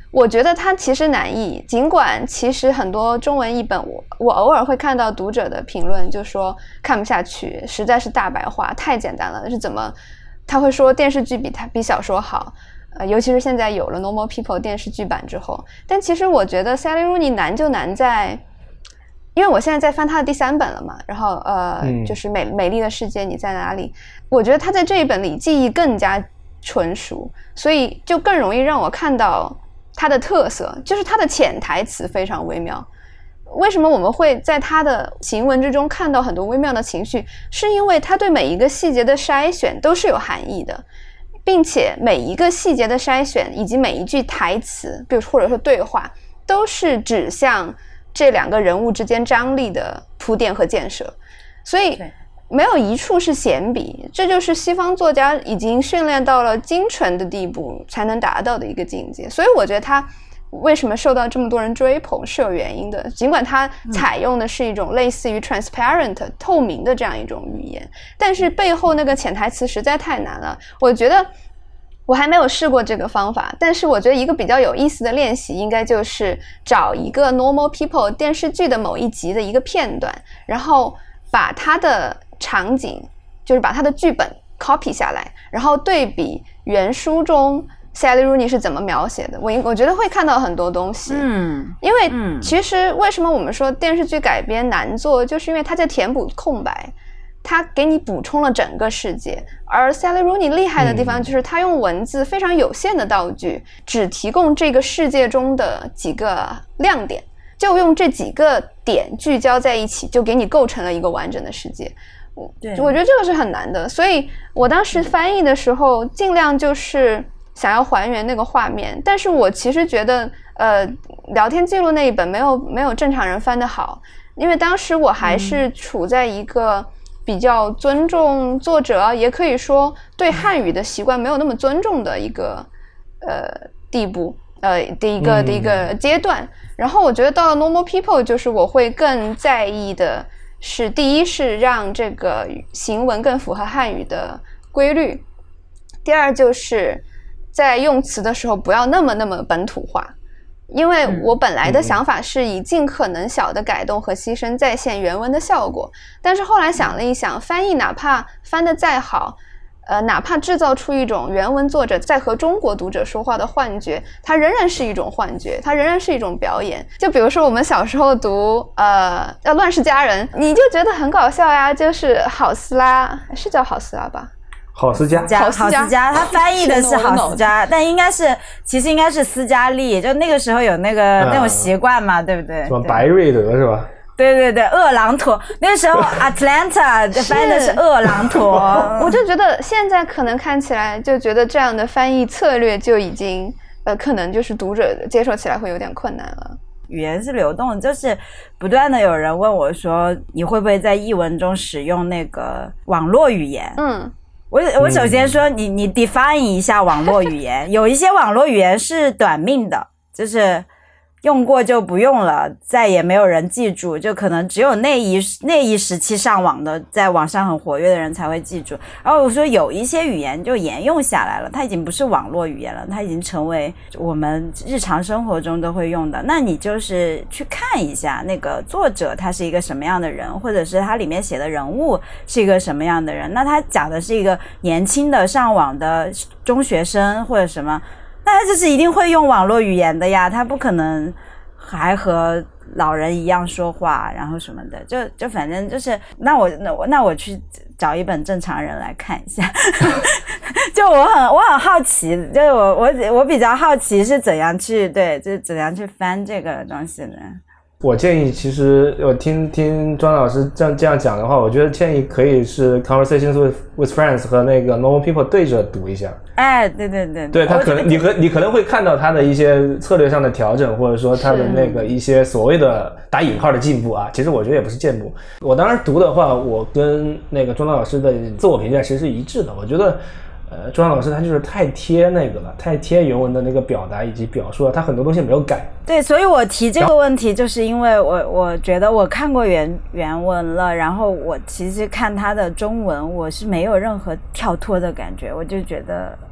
我觉得它其实难译，尽管其实很多中文译本我偶尔会看到读者的评论，就说看不下去，实在是大白话，太简单了，是怎么？他会说电视剧比小说好，尤其是现在有了 Normal People 电视剧版之后。但其实我觉得 Sally Rooney 难就难在，因为我现在在翻他的第3本了嘛，然后就是美丽的世界你在哪里？我觉得他在这一本里记忆更加纯熟，所以就更容易让我看到他的特色，就是他的潜台词非常微妙。为什么我们会在他的行文之中看到很多微妙的情绪，是因为他对每一个细节的筛选都是有含义的，并且每一个细节的筛选以及每一句台词，比如或者说对话，都是指向这2个人物之间张力的铺垫和建设，所以没有一处是闲笔，这就是西方作家已经训练到了精纯的地步才能达到的一个境界。所以我觉得他为什么受到这么多人追捧是有原因的，尽管它采用的是一种类似于 transparent 透明的这样一种语言，但是背后那个潜台词实在太难了。我觉得我还没有试过这个方法，但是我觉得一个比较有意思的练习应该就是找一个 Normal People 电视剧的某一集的一个片段，然后把它的场景，就是把它的剧本 copy 下来，然后对比原书中Sally Rooney 是怎么描写的，我觉得会看到很多东西。因为其实为什么我们说电视剧改编难做，就是因为它在填补空白，它给你补充了整个世界。而 Sally Rooney 厉害的地方就是它用文字非常有限的道具，只提供这个世界中的几个亮点，就用这几个点聚焦在一起，就给你构成了一个完整的世界。我觉得这个是很难的，所以我当时翻译的时候尽量就是想要还原那个画面，但是我其实觉得聊天记录那一本没有正常人翻得好，因为当时我还是处在一个比较尊重作者，也可以说对汉语的习惯没有那么尊重的一个地步的一个阶段。然后我觉得到了 Normal People 就是我会更在意的是，第一是让这个行文更符合汉语的规律，第二就是在用词的时候不要那么本土化，因为我本来的想法是以尽可能小的改动和牺牲再现原文的效果，但是后来想了一想，翻译哪怕翻得再好，哪怕制造出一种原文作者在和中国读者说话的幻觉，它仍然是一种幻觉，它仍然是一种表演。就比如说我们小时候读乱世佳人，你就觉得很搞笑呀，就是郝思拉，是叫郝思拉吧， 郝思嘉， 他翻译的是郝思嘉，但其实应该是斯嘉丽，就那个时候有那种习惯嘛，对不对？ 什么白瑞德是吧？ 对，饿狼驼，那个时候 Atlanta 翻译的是饿狼驼。 我就觉得现在可能看起来就觉得这样的翻译策略就已经可能就是读者接受起来会有点困难了。 语言是流动，就是不断的有人问我说你会不会在译文中使用那个网络语言。我首先说你 define 一下网络语言。有一些网络语言是短命的，就是用过就不用了，再也没有人记住，就可能只有那一时期上网的，在网上很活跃的人才会记住。然后我说有一些语言就沿用下来了，它已经不是网络语言了，它已经成为我们日常生活中都会用的。那你就是去看一下那个作者他是一个什么样的人，或者是他里面写的人物是一个什么样的人。那他讲的是一个年轻的上网的中学生或者什么，那他就是一定会用网络语言的呀，他不可能还和老人一样说话，然后什么的，就反正就是，那我去找一本正常人来看一下。就我很好奇，就是我比较好奇是怎样去怎样去翻这个东西的。 我建议，其实我听庄老师这样讲的话，我觉得建议可以是 Conversations with Friends 和那个 Normal People 对着读一下。 哎，对， 他可能你可能会看到他的一些策略上的调整，或者说他的那个一些所谓的打引号的进步啊，其实我觉得也不是进步。我当时读的话，我跟那个庄老师的自我评价其实是一致的。我觉得庄老师他就是太贴那个了，太贴原文的那个表达以及表述了，他很多东西没有改。 对，所以我提这个问题就是因为我觉得我看过原文了，然后我其实看他的中文我是没有任何跳脱的感觉，我就觉得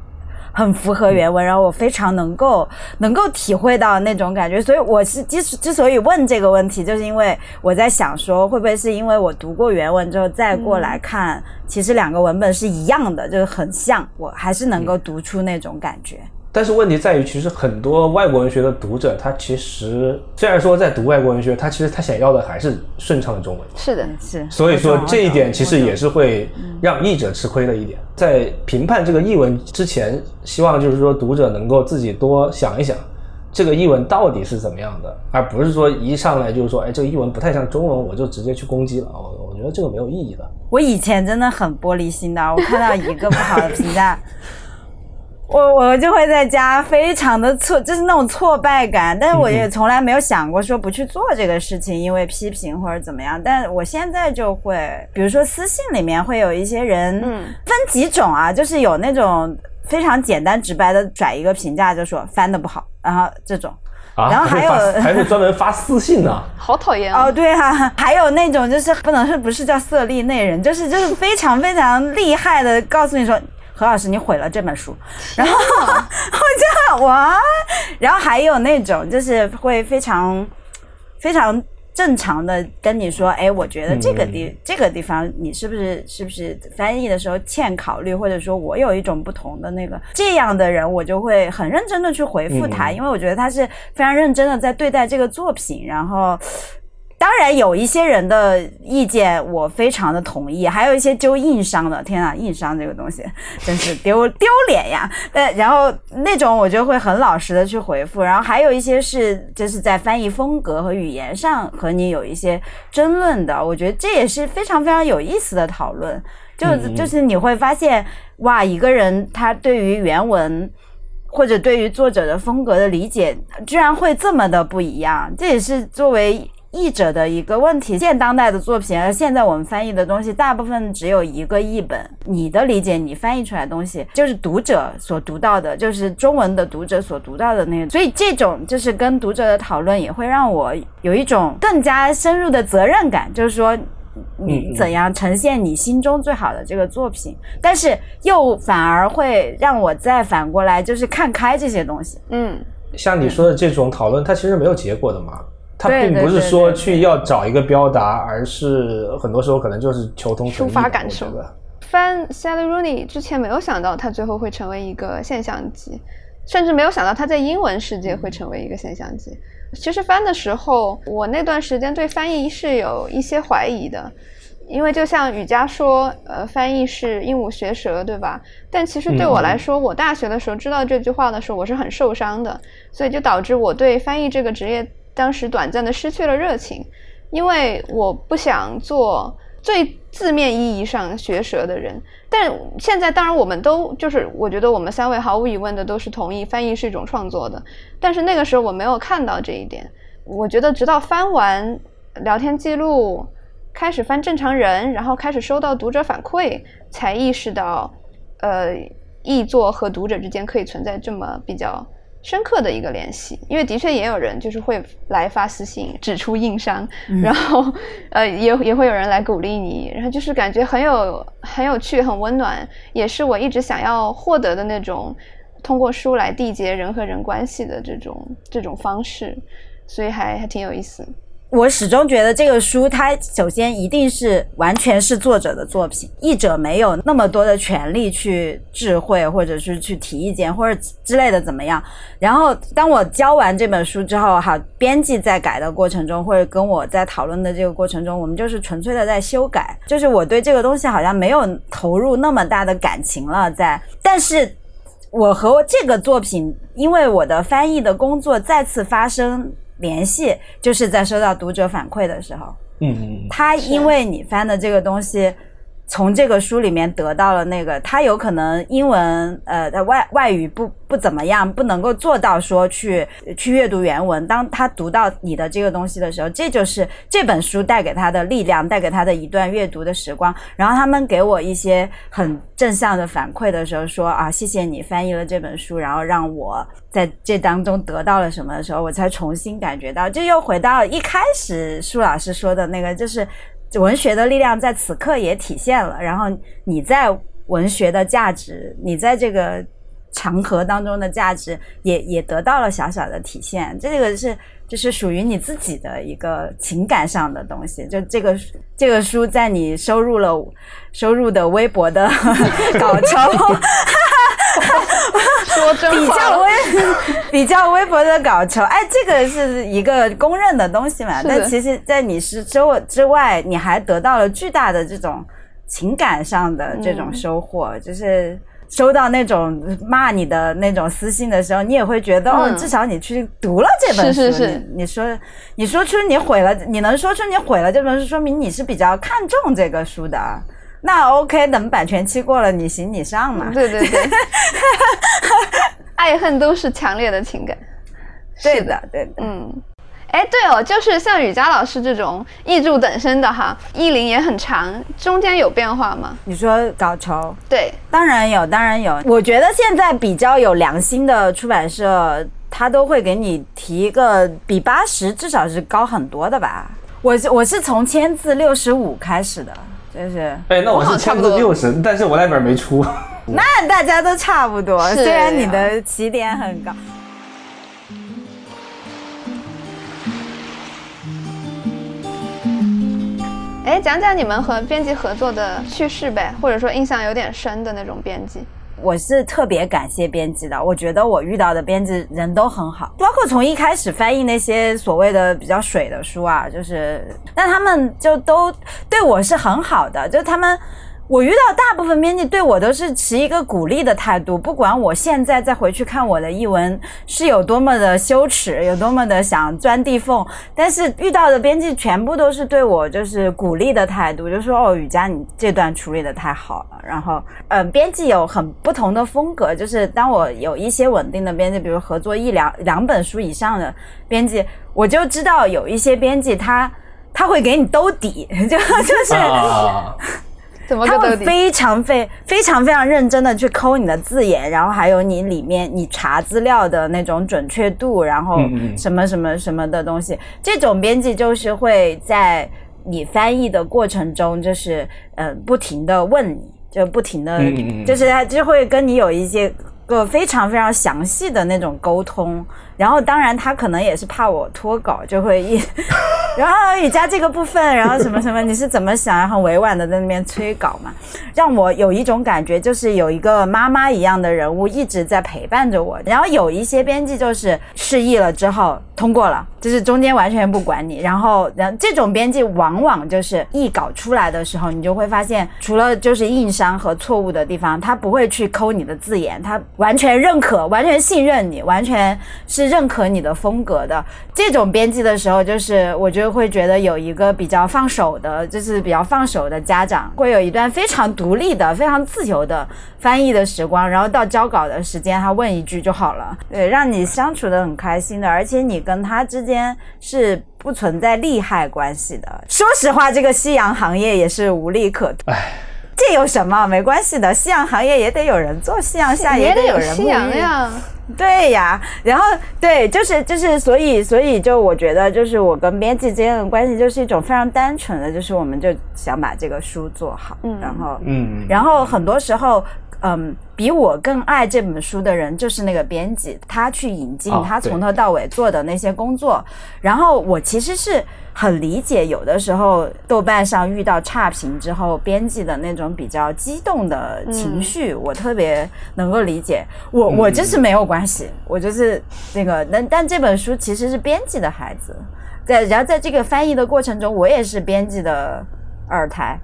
很符合原文，然后我非常能够体会到那种感觉。所以我是之所以问这个问题，就是因为我在想说，会不会是因为我读过原文之后再过来看，其实两个文本是一样的，就是很像，我还是能够读出那种感觉。 但是问题在于，其实很多外国文学的读者，他其实虽然说在读外国文学，他其实他想要的还是顺畅的中文。 是的， 是。 所以说这一点其实也是会让译者吃亏的一点。在评判这个译文之前，希望就是说读者能够自己多想一想，这个译文到底是怎么样的，而不是说一上来就是说，哎，这个译文不太像中文，我就直接去攻击了。我觉得这个没有意义的。 我以前真的很玻璃心的，我看到一个不好的评价。我就会在家非常的就是那种挫败感，但是我也从来没有想过说不去做这个事情，因为批评或者怎么样。但我现在就会，比如说私信里面会有一些人，分几种啊，就是有那种非常简单直白的甩一个评价，就说翻得不好，然后这种。然后还会专门发私信呢， 好讨厌啊！ 哦，对啊，还有那种就是不是叫色厉内荏，就是非常非常厉害的告诉你说，何老师你毁了这本书，然后我就哇，然后还有那种就是会非常非常正常的跟你说，哎，我觉得这个地方你是不是翻译的时候欠考虑，或者说我有一种不同的那个，这样的人我就会很认真的去回复他，因为我觉得他是非常认真的在对待这个作品，然后。当然有一些人的意见我非常的同意，还有一些揪硬伤的，天啊，硬伤这个东西真是丢脸呀。然后那种我就会很老实的去回复，然后还有一些是就是在翻译风格和语言上和你有一些争论的，我觉得这也是非常非常有意思的讨论。就是你会发现，哇，一个人他对于原文或者对于作者的风格的理解居然会这么的不一样，这也是作为译者的一个问题。现当代的作品，而现在我们翻译的东西大部分只有一个译本，你的理解，你翻译出来的东西就是读者所读到的，就是中文的读者所读到的那个。所以这种就是跟读者的讨论也会让我有一种更加深入的责任感，就是说你怎样呈现你心中最好的这个作品，但是又反而会让我再反过来就是看开这些东西。 像你说的这种讨论，它其实没有结果的嘛。他并不是说去要找一个标答，而是很多时候可能就是求同存异， 抒发感受。翻 Sally Rooney 之前没有想到他最后会成为一个现象级，甚至没有想到他在英文世界会成为一个现象级。其实翻的时候，我那段时间对翻译是有一些怀疑的，因为就像雨佳说，翻译是鹦鹉学舌，对吧？但其实对我来说，我大学的时候知道这句话的时候，我是很受伤的，所以就导致我对翻译这个职业当时短暂的失去了热情，因为我不想做最字面意义上学舌的人。但现在当然我们都就是我觉得我们三位毫无疑问的都是同意翻译是一种创作的，但是那个时候我没有看到这一点。我觉得直到翻完聊天记录，开始翻正常人，然后开始收到读者反馈，才意识到译作和读者之间可以存在这么比较深刻的一个联系。因为的确也有人就是会来发私信指出硬伤，然后也会有人来鼓励你，然后就是感觉很有趣，很温暖，也是我一直想要获得的那种通过书来缔结人和人关系的这种方式，所以还挺有意思。 我始终觉得这个书它首先一定是完全是作者的作品，译者没有那么多的权利去智慧或者是去提意见或者之类的怎么样。然后当我教完这本书之后，好，编辑在改的过程中或者跟我在讨论的这个过程中，我们就是纯粹的在修改，就是我对这个东西好像没有投入那么大的感情了但是我和这个作品因为我的翻译的工作再次发生联系，就是在收到读者反馈的时候，他因为你翻的这个东西从这个书里面得到了那个，他有可能英文外语不怎么样，不能够做到说去阅读原文，当他读到你的这个东西的时候，这就是这本书带给他的力量，带给他的一段阅读的时光。然后他们给我一些很正向的反馈的时候说啊，谢谢你翻译了这本书，然后让我在这当中得到了什么的时候，我才重新感觉到，就又回到一开始舒老师说的那个，就是文学的力量在此刻也体现了，然后你在文学的价值，你在这个长河当中的价值也得到了小小的体现。这个就是属于你自己的一个情感上的东西。就这个书在你收入的微博的稿酬说真话比较微薄的稿酬，哎，这个是一个公认的东西嘛。但其实在你是之外，你还得到了巨大的这种情感上的这种收获，就是收到那种骂你的那种私信的时候，你也会觉得至少你去读了这本书。 是你说出你毁了，你能说出你毁了这本书，说明你是比较看重这个书的。那 OK， 等版权期过了，你行你上嘛。 对爱恨都是强烈的情感。 对的。 对哦，就是像雨佳老师这种译著等身的哈，译龄也很长，中间有变化吗？ 你说稿酬？ 对， 当然有。我觉得现在比较有良心的出版社，他都会给你提一个比80至少是高很多的吧。我是从签字65开始的。就是， 那我是签字60，但是我那本没出。 那大家都差不多，虽然你的起点很高。 讲讲你们和编辑合作的趣事呗，或者说印象有点深的那种编辑。 我是特别感谢编辑的，我觉得我遇到的编辑人都很好，包括从一开始翻译那些所谓的比较水的书啊，但他们就都对我是很好的，就我遇到大部分编辑对我都是持一个鼓励的态度，不管我现在再回去看我的译文是有多么的羞耻，有多么的想钻地缝，但是遇到的编辑全部都是对我就是鼓励的态度，就说雨佳你这段处理的太好了。然后编辑有很不同的风格，就是当我有一些稳定的编辑，比如合作两本书以上的编辑，我就知道有一些编辑他会给你兜底，就是他会非常认真的去抠你的字眼，然后还有你里面你查资料的那种准确度，然后什么什么什么的东西。这种编辑就是会在你翻译的过程中，就是不停的问你，就不停的，就是他就会跟你有一些个非常详细的那种沟通。然后当然他可能也是怕我脱稿，就会然后雨佳这个部分，然后什么什么你是怎么想，很委婉的在那边催稿嘛，让我有一种感觉就是有一个妈妈一样的人物一直在陪伴着我。然后有一些编辑就是释义了之后通过了，就是中间完全不管你，然后这种编辑往往就是译稿出来的时候，你就会发现除了就是硬伤和错误的地方，他不会去抠你的字眼，他完全认可，完全信任你，完全是认可你的风格的。这种编辑的时候，就是我就会觉得有一个比较放手的，就是比较放手的家长，会有一段非常独立的非常自由的翻译的时光，然后到交稿的时间他问一句就好了，对，让你相处得很开心的，而且你跟他之间是不存在利害关系的。说实话，这个夕阳行业也是无利可图，这有什么没关系的，夕阳行业也得有人做，夕阳下也得有人夕阳呀。 对呀，然后对，就是所以就我觉得就是我跟编辑之间的关系就是一种非常单纯的，就是我们就想把这个书做好，然后很多时候比我更爱这本书的人就是那个编辑，他去引进他从头到尾做的那些工作，然后我其实是很理解有的时候豆瓣上遇到差评之后编辑的那种比较激动的情绪，我特别能够理解，我就是没有关系，我就是那个但这本书其实是编辑的孩子，然后在这个翻译的过程中我也是编辑的二胎，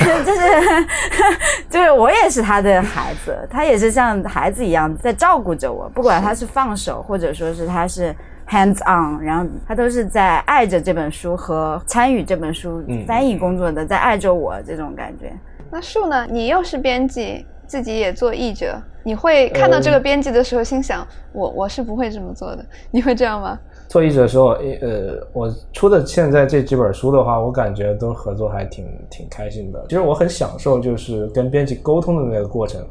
就是我也是他的孩子，他也是像孩子一样在照顾着我，不管他是放手或者说是他是 hands on， 然后他都是在爱着这本书和参与这本书翻译工作的，在爱着我这种感觉。 那树呢？你又是编辑，自己也做译者，你会看到这个编辑的时候心想我是不会这么做的，你会这样吗？ 做译者的时候我出的现在这几本书的话，我感觉都合作还挺开心的。其实我很享受就是跟编辑沟通的那个过程，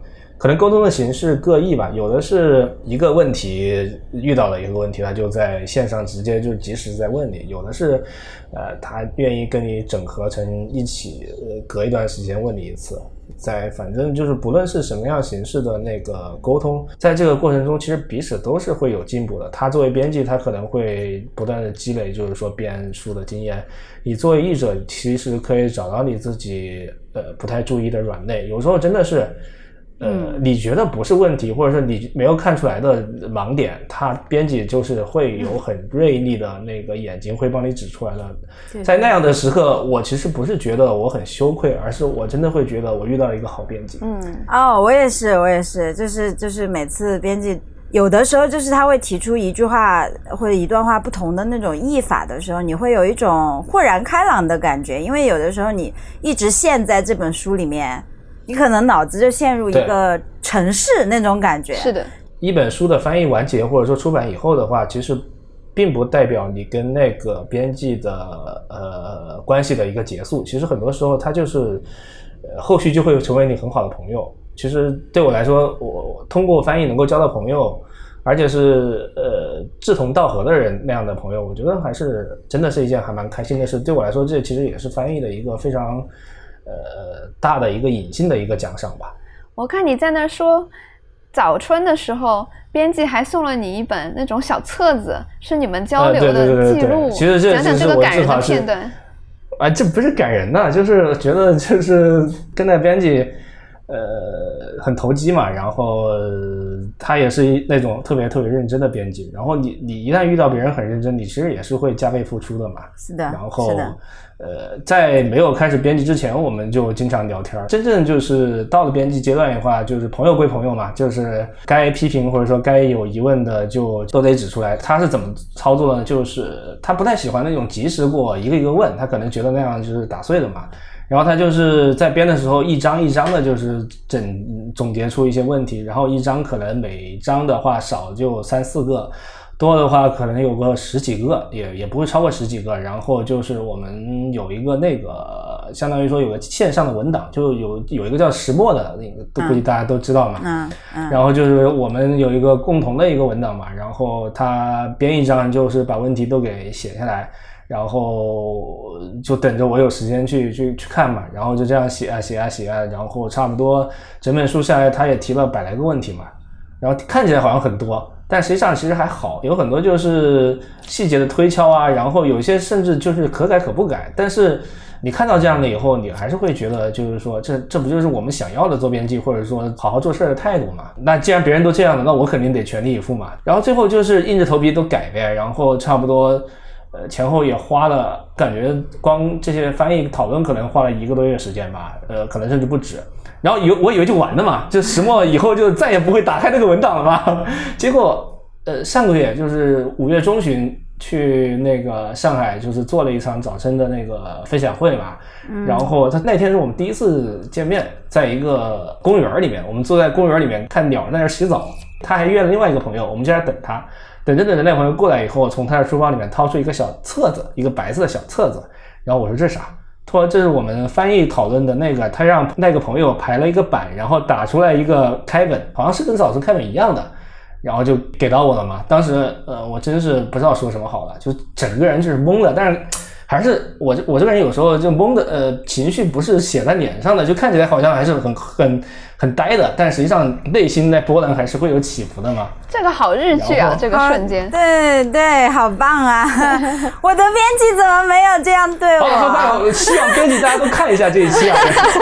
可能沟通的形式各异吧，有的是一个问题遇到了一个问题，他就在线上直接就及时在问你，有的是他愿意跟你整合成一起，隔一段时间问你一次。反正就是不论是什么样形式的那个沟通，在这个过程中其实彼此都是会有进步的。他作为编辑，他可能会不断的积累就是说编书的经验，你作为译者其实可以找到你自己不太注意的软肋，有时候真的是你觉得不是问题，或者是你没有看出来的盲点，他编辑就是会有很锐利的那个眼睛会帮你指出来的。在那样的时刻，我其实不是觉得我很羞愧，而是我真的会觉得我遇到了一个好编辑。 我也是，就是每次编辑有的时候就是他会提出一句话或者一段话不同的那种译法的时候，你会有一种豁然开朗的感觉，因为有的时候你一直陷在这本书里面，你可能脑子就陷入一个城市那种感觉。 是的， 一本书的翻译完结或者说出版以后的话，其实并不代表你跟那个编辑的关系的一个结束，其实很多时候它就是后续就会成为你很好的朋友。其实对我来说，我通过翻译能够交到朋友，而且是志同道合的人那样的朋友，我觉得还是真的是一件还蛮开心的事。对我来说，这其实也是翻译的一个非常大的一个隐性的一个奖赏吧。 我看你在那说早春的时候编辑还送了你一本那种小册子，是你们交流的记录， 其实讲讲这个感人的片段。 这不是感人呐，就是觉得就是跟那编辑很投机嘛，然后他也是那种特别特别认真的编辑，然后你一旦遇到别人很认真，你其实也是会加倍付出的嘛。 是的， 然后在没有开始编辑之前，我们就经常聊天，真正就是到了编辑阶段的话，就是朋友归朋友嘛，就是该批评或者说该有疑问的就都得指出来。他是怎么操作呢？就是他不太喜欢那种及时过一个一个问，他可能觉得那样就是打碎了嘛。然后他就是在编的时候一章一章的就是总结出一些问题，然后一章可能每章的话少就3-4个，多的话可能有个10几个，也不会超过10几个。然后就是我们有一个那个相当于说有个线上的文档，就有一个叫石墨的那个，估计大家都知道嘛。然后就是我们有一个共同的一个文档嘛，然后他编一章就是把问题都给写下来，然后就等着我有时间去看嘛，然后就这样写啊，然后差不多整本书下来，他也提了100来个问题嘛，然后看起来好像很多，但实际上其实还好，有很多就是细节的推敲啊，然后有一些甚至就是可改可不改，但是你看到这样的以后，你还是会觉得就是说这不就是我们想要的做编辑或者说好好做事的态度嘛？那既然别人都这样了，那我肯定得全力以赴嘛。然后最后就是硬着头皮都改呗，然后差不多前后也花了，感觉光这些翻译讨论可能花了1个多月时间吧，可能甚至不止。然后我以为就完了嘛，就石墨以后就再也不会打开那个文档了嘛。结果上个月就是5月中旬去那个上海，就是做了一场早晨的那个分享会嘛。然后他那天是我们第一次见面，在一个公园里面，我们坐在公园里面看鸟在那洗澡，他还约了另外一个朋友，我们就在等他。等着那朋友过来以后，从他的书包里面掏出一个小册子，一个白色的小册子，然后我说这啥？他说这是我们翻译讨论的那个，他让那个朋友排了一个版，然后打出来一个开本，好像是跟早晨开本一样的，然后就给到我了嘛。当时我真是不知道说什么好了，就整个人就是懵的，但是还是我这个人有时候就懵的情绪不是写在脸上的，就看起来好像还是很呆的，但实际上内心在波澜还是会有起伏的嘛。 这个好日剧啊，这个瞬间。 对，好棒啊！我的编辑怎么没有这样对我？ 好，希望编辑大家都看一下这一期啊。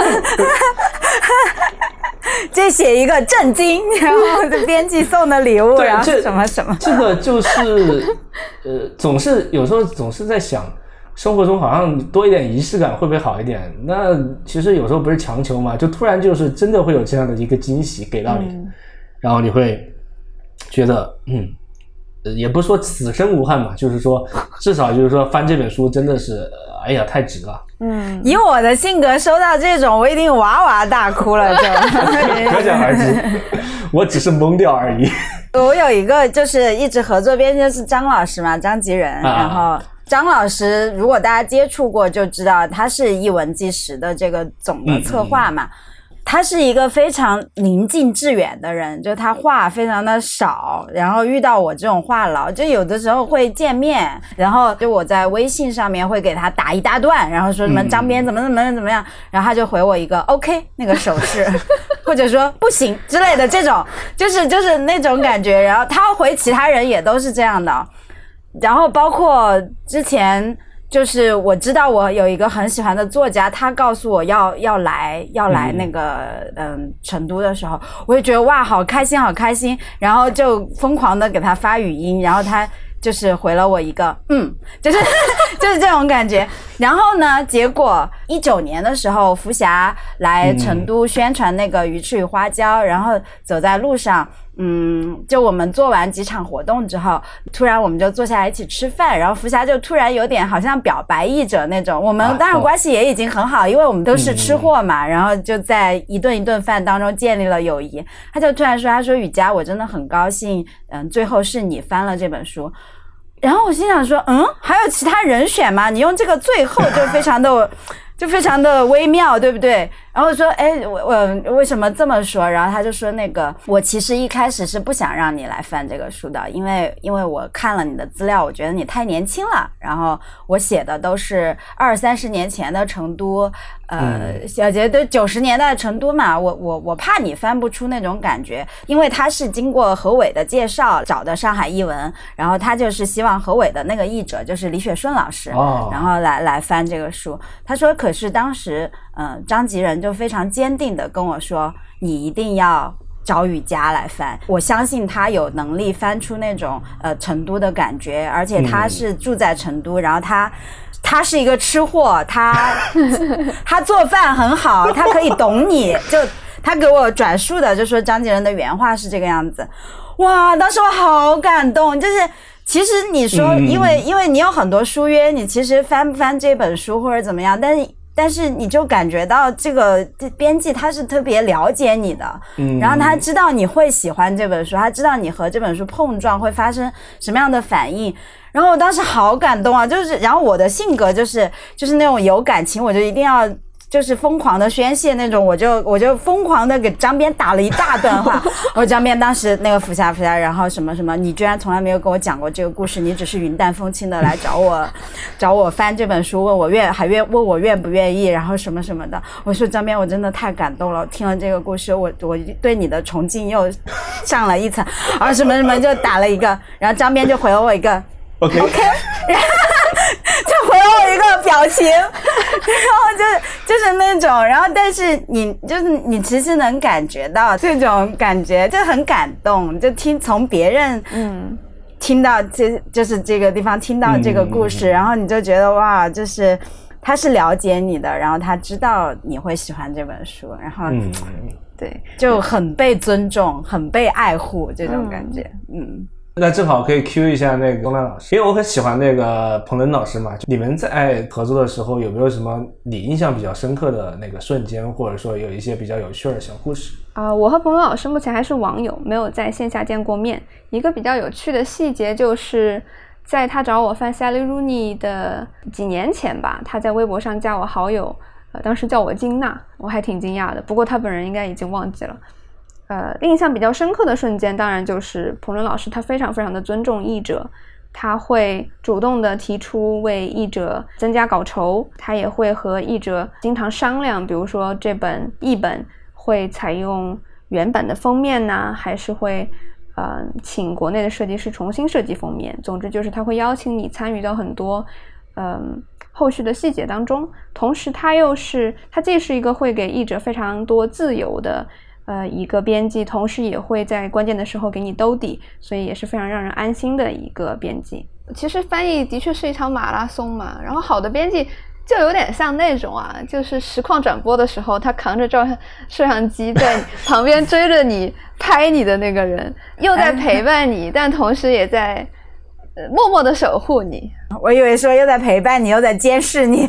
这写一个震惊，然后编辑送的礼物，然后什么什么。 这个就是有时候总是在想，生活中好像多一点仪式感会不会好一点？那其实有时候不是强求嘛，就突然就是真的会有这样的一个惊喜给到你，然后你会觉得也不是说此生无憾嘛，就是说至少就是说翻这本书真的是哎呀太值了。 以我的性格收到这种我一定哇哇大哭了就可想而知，我只是懵掉而已。 我有一个就是一直合作编辑是张老师嘛，张吉仁，然后张老师如果大家接触过就知道他是译文纪实的这个总的策划嘛， 他是一个非常宁静致远的人，就他话非常的少，然后遇到我这种话痨，就有的时候会见面，然后就我在微信上面会给他打一大段，然后说什么张边怎么样，然后他就回我一个 OK 那个手势或者说不行之类的，这种就是那种感觉。然后他回其他人也都是这样的，然后包括之前就是我知道我有一个很喜欢的作家，他告诉我要来那个成都的时候，我就觉得哇好开心，然后就疯狂的给他发语音，然后他就是回了我一个就是这种感觉。然后呢，结果19年的时候，福霞来成都宣传那个鱼翅与花椒，然后走在路上，就我们做完几场活动之后，突然我们就坐下来一起吃饭，然后福霞就突然有点好像表白译者那种，我们当然关系也已经很好，因为我们都是吃货嘛，然后就在一顿一顿饭当中建立了友谊。他就突然说，他说雨佳，我真的很高兴，最后是你翻了这本书。然后我心想说，还有其他人选吗？你用这个最后就非常的微妙，对不对？然后我说，我为什么这么说？然后他就说，那个我其实一开始是不想让你来翻这个书的，因为我看了你的资料，我觉得你太年轻了。然后我写的都是20-30年前的成都，小杰都90年代的成都嘛，我怕你翻不出那种感觉，因为他是经过何伟的介绍找的上海译文，然后他就是希望何伟的那个译者就是李雪顺老师，然后来翻这个书。他说，可是当时张吉仁就非常坚定的跟我说，你一定要找雨佳来翻，我相信他有能力翻出那种成都的感觉，而且他是住在成都，然后他是一个吃货，他做饭很好，他可以懂你，就他给我转述的就说张吉仁的原话是这个样子。哇，当时我好感动，就是其实你说因为你有很多书约，你其实翻不翻这本书或者怎么样，但是你就感觉到这个编辑他是特别了解你的，然后他知道你会喜欢这本书，他知道你和这本书碰撞会发生什么样的反应，然后我当时好感动啊，就是然后我的性格就是那种有感情我就一定要就是疯狂的宣泄那种，我就疯狂的给张边打了一大段话。我张边当时那个福霞，然后什么，你居然从来没有跟我讲过这个故事，你只是云淡风轻的来找我翻这本书，问我愿不愿意，然后什么的。我说张边，我真的太感动了，我听了这个故事，我对你的崇敬又上了一层，然后什么就打了一个，然后张边就回了我一个 OK， 然后就回了我一个表情，然后就是那种，然后但是你其实能感觉到这种感觉，就很感动，就从别人听到就是这个地方听到这个故事，然后你就觉得哇，就是他是了解你的，然后他知道你会喜欢这本书，然后对，就很被尊重，很被爱护这种感觉。 那正好可以 Q 一下那个东兰老师，因为我很喜欢那个彭仁老师嘛。你们在合作的时候有没有什么你印象比较深刻的那个瞬间，或者说有一些比较有趣的小故事？ 我和彭仁老师目前还是网友，没有在线下见过面。一个比较有趣的细节就是在他找我翻 Sally Rooney 的几年前吧，他在微博上加我好友，当时叫我金娜，我还挺惊讶的，不过他本人应该已经忘记了。印象比较深刻的瞬间当然就是彭仁老师他非常非常的尊重译者，他会主动的提出为译者增加稿酬，他也会和译者经常商量，比如说这本译本会采用原版的封面呢，还是会请国内的设计师重新设计封面，总之就是他会邀请你参与到很多后续的细节当中，同时他既是一个会给译者非常多自由的一个编辑，同时也会在关键的时候给你兜底，所以也是非常让人安心的一个编辑。其实翻译的确是一场马拉松嘛，然后好的编辑就有点像那种就是实况转播的时候，他扛着摄像机在旁边追着你拍你的那个人，又在陪伴你，但同时也在默默的守护你。 我以为说又在陪伴你，又在监视你。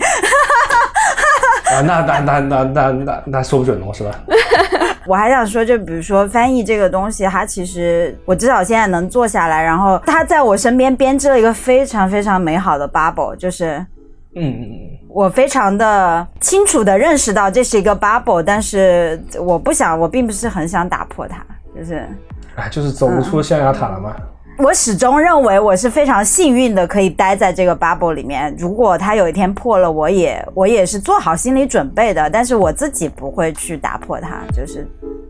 那说不准了是吧？ 我还想说，就比如说翻译这个东西，它其实我至少现在能坐下来，然后它在我身边编织了一个非常非常美好的 bubble， 就是我非常的清楚的认识到这是一个 bubble， 但是我并不是很想打破它， 就是走不出象牙塔了吗？ 我始终认为我是非常幸运的，可以待在这个 bubble 里面。如果它有一天破了，我也是做好心理准备的，但是我自己不会去打破它，就是。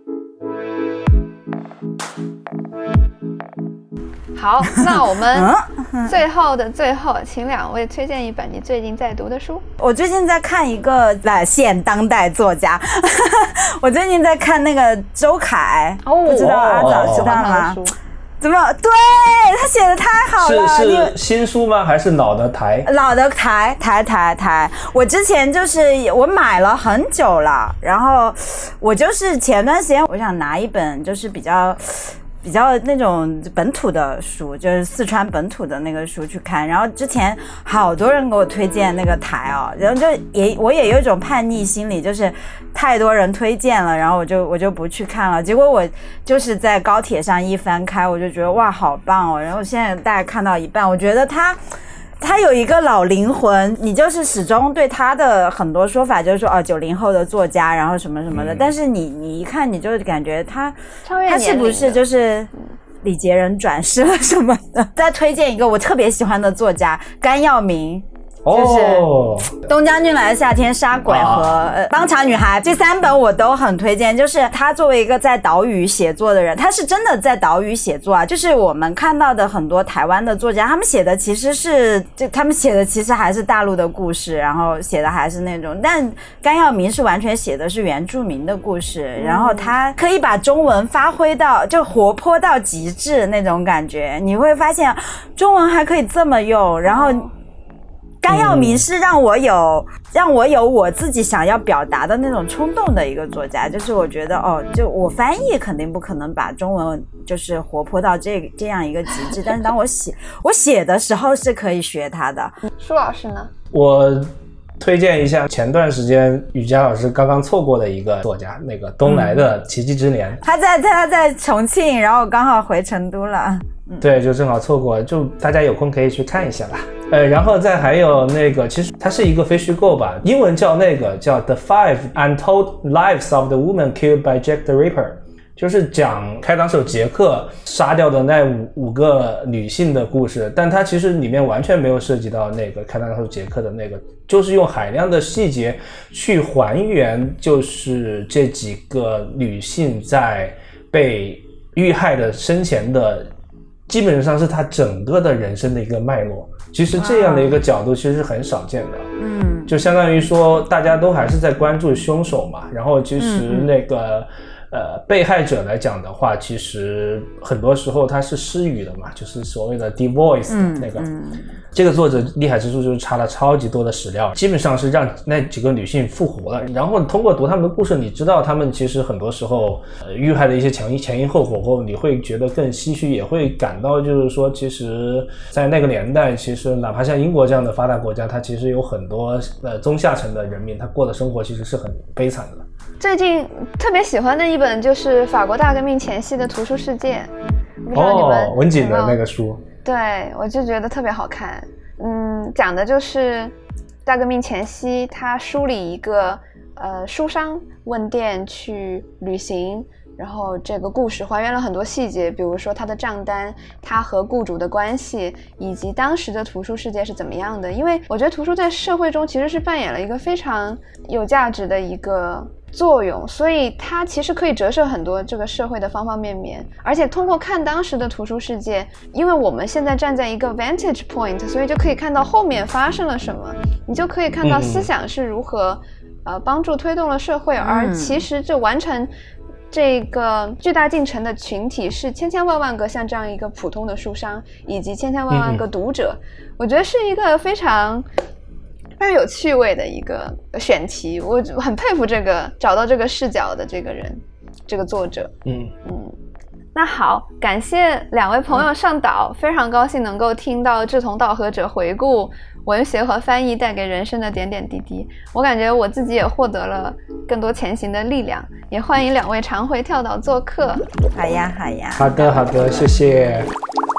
好，那我们最后的最后，请两位推荐一本你最近在读的书。 我最近在看一个现当代作家，我最近在看那个周凯，不知道阿早知道吗？怎么？对，他写的太好了。 是新书吗？还是老的台？ 老的台。我之前我买了很久了，然后我就是前段时间我想拿一本就是比较那种本土的书，就是四川本土的那个书去看，然后之前好多人给我推荐那个台哦，然后我也有一种叛逆心理，就是太多人推荐了，然后我就不去看了，结果我就是在高铁上一翻开，我就觉得哇好棒哦，然后现在大概看到一半，我觉得他有一个老灵魂，你就是始终对他的很多说法就是说90后的作家，然后什么什么的，但是你一看你就感觉他是不是就是李杰仁转世了什么的。再推荐一个我特别喜欢的作家甘耀明，就是东将军来的夏天、杀鬼和当场女孩，这3本我都很推荐。就是他作为一个在岛屿写作的人，他是真的在岛屿写作啊。就是我们看到的很多台湾的作家，他们写的其实还是大陆的故事，然后写的还是那种，但甘耀明是完全写的是原住民的故事，然后他可以把中文发挥到就活泼到极致那种感觉，你会发现中文还可以这么用，然后甘耀明是让我有我自己想要表达的那种冲动的一个作家，就是我觉得就我翻译肯定不可能把中文就是活泼到这样一个极致，但是当我写的时候是可以学他的。 舒老师呢？ 我推荐一下前段时间雨佳老师刚刚错过的一个作家，那个东来的奇迹之年。 他在重庆，然后我刚好回成都了。 对，就正好错过，就大家有空可以去看一下吧。然后再还有那个，其实它是一个非虚构吧，英文叫叫 The 5 Untold Lives of the Woman Killed by Jack the Ripper， 就是讲开膛手杰克杀掉的那五个女性的故事，但它其实里面完全没有涉及到那个开膛手杰克的那个，就是用海量的细节去还原，就是这几个女性在被遇害的生前的基本上是他整个的人生的一个脉络，其实这样的一个角度其实是很少见的。就相当于说大家都还是在关注凶手嘛，然后其实那个被害者来讲的话，其实很多时候他是失语的嘛，就是所谓的 devoice 的那个。这个作者厉害之处就是查了超级多的史料，基本上是让那几个女性复活了，然后通过读他们的故事，你知道他们其实很多时候遇害的一些前因后果后，你会觉得更唏嘘，也会感到就是说其实在那个年代，其实哪怕像英国这样的发达国家，它其实有很多中下层的人民，他过的生活其实是很悲惨的。 最近特别喜欢的一本就是法国大革命前夕的图书世界，不知道你们文景的那个书。 对，我就觉得特别好看。讲的就是大革命前夕，他梳理一个书商问店去旅行，然后这个故事还原了很多细节，比如说他的账单，他和雇主的关系，以及当时的图书世界是怎么样的。因为我觉得图书在社会中其实是扮演了一个非常有价值的一个作用，所以它其实可以折射很多这个社会的方方面面。而且通过看当时的图书世界，因为我们现在站在一个 vantage point， 所以就可以看到后面发生了什么，你就可以看到思想是如何帮助推动了社会，而其实这完成这个巨大进程的群体是千千万万个像这样一个普通的书商，以及千千万万个读者。我觉得是一个非常有趣味的一个选题，我很佩服这个找到这个视角的这个人，这个作者。那好，感谢两位朋友上岛，非常高兴能够听到志同道合者回顾文学和翻译带给人生的点点滴滴，我感觉我自己也获得了更多前行的力量，也欢迎两位常回跳岛做客。 好呀好呀， 好的，谢谢。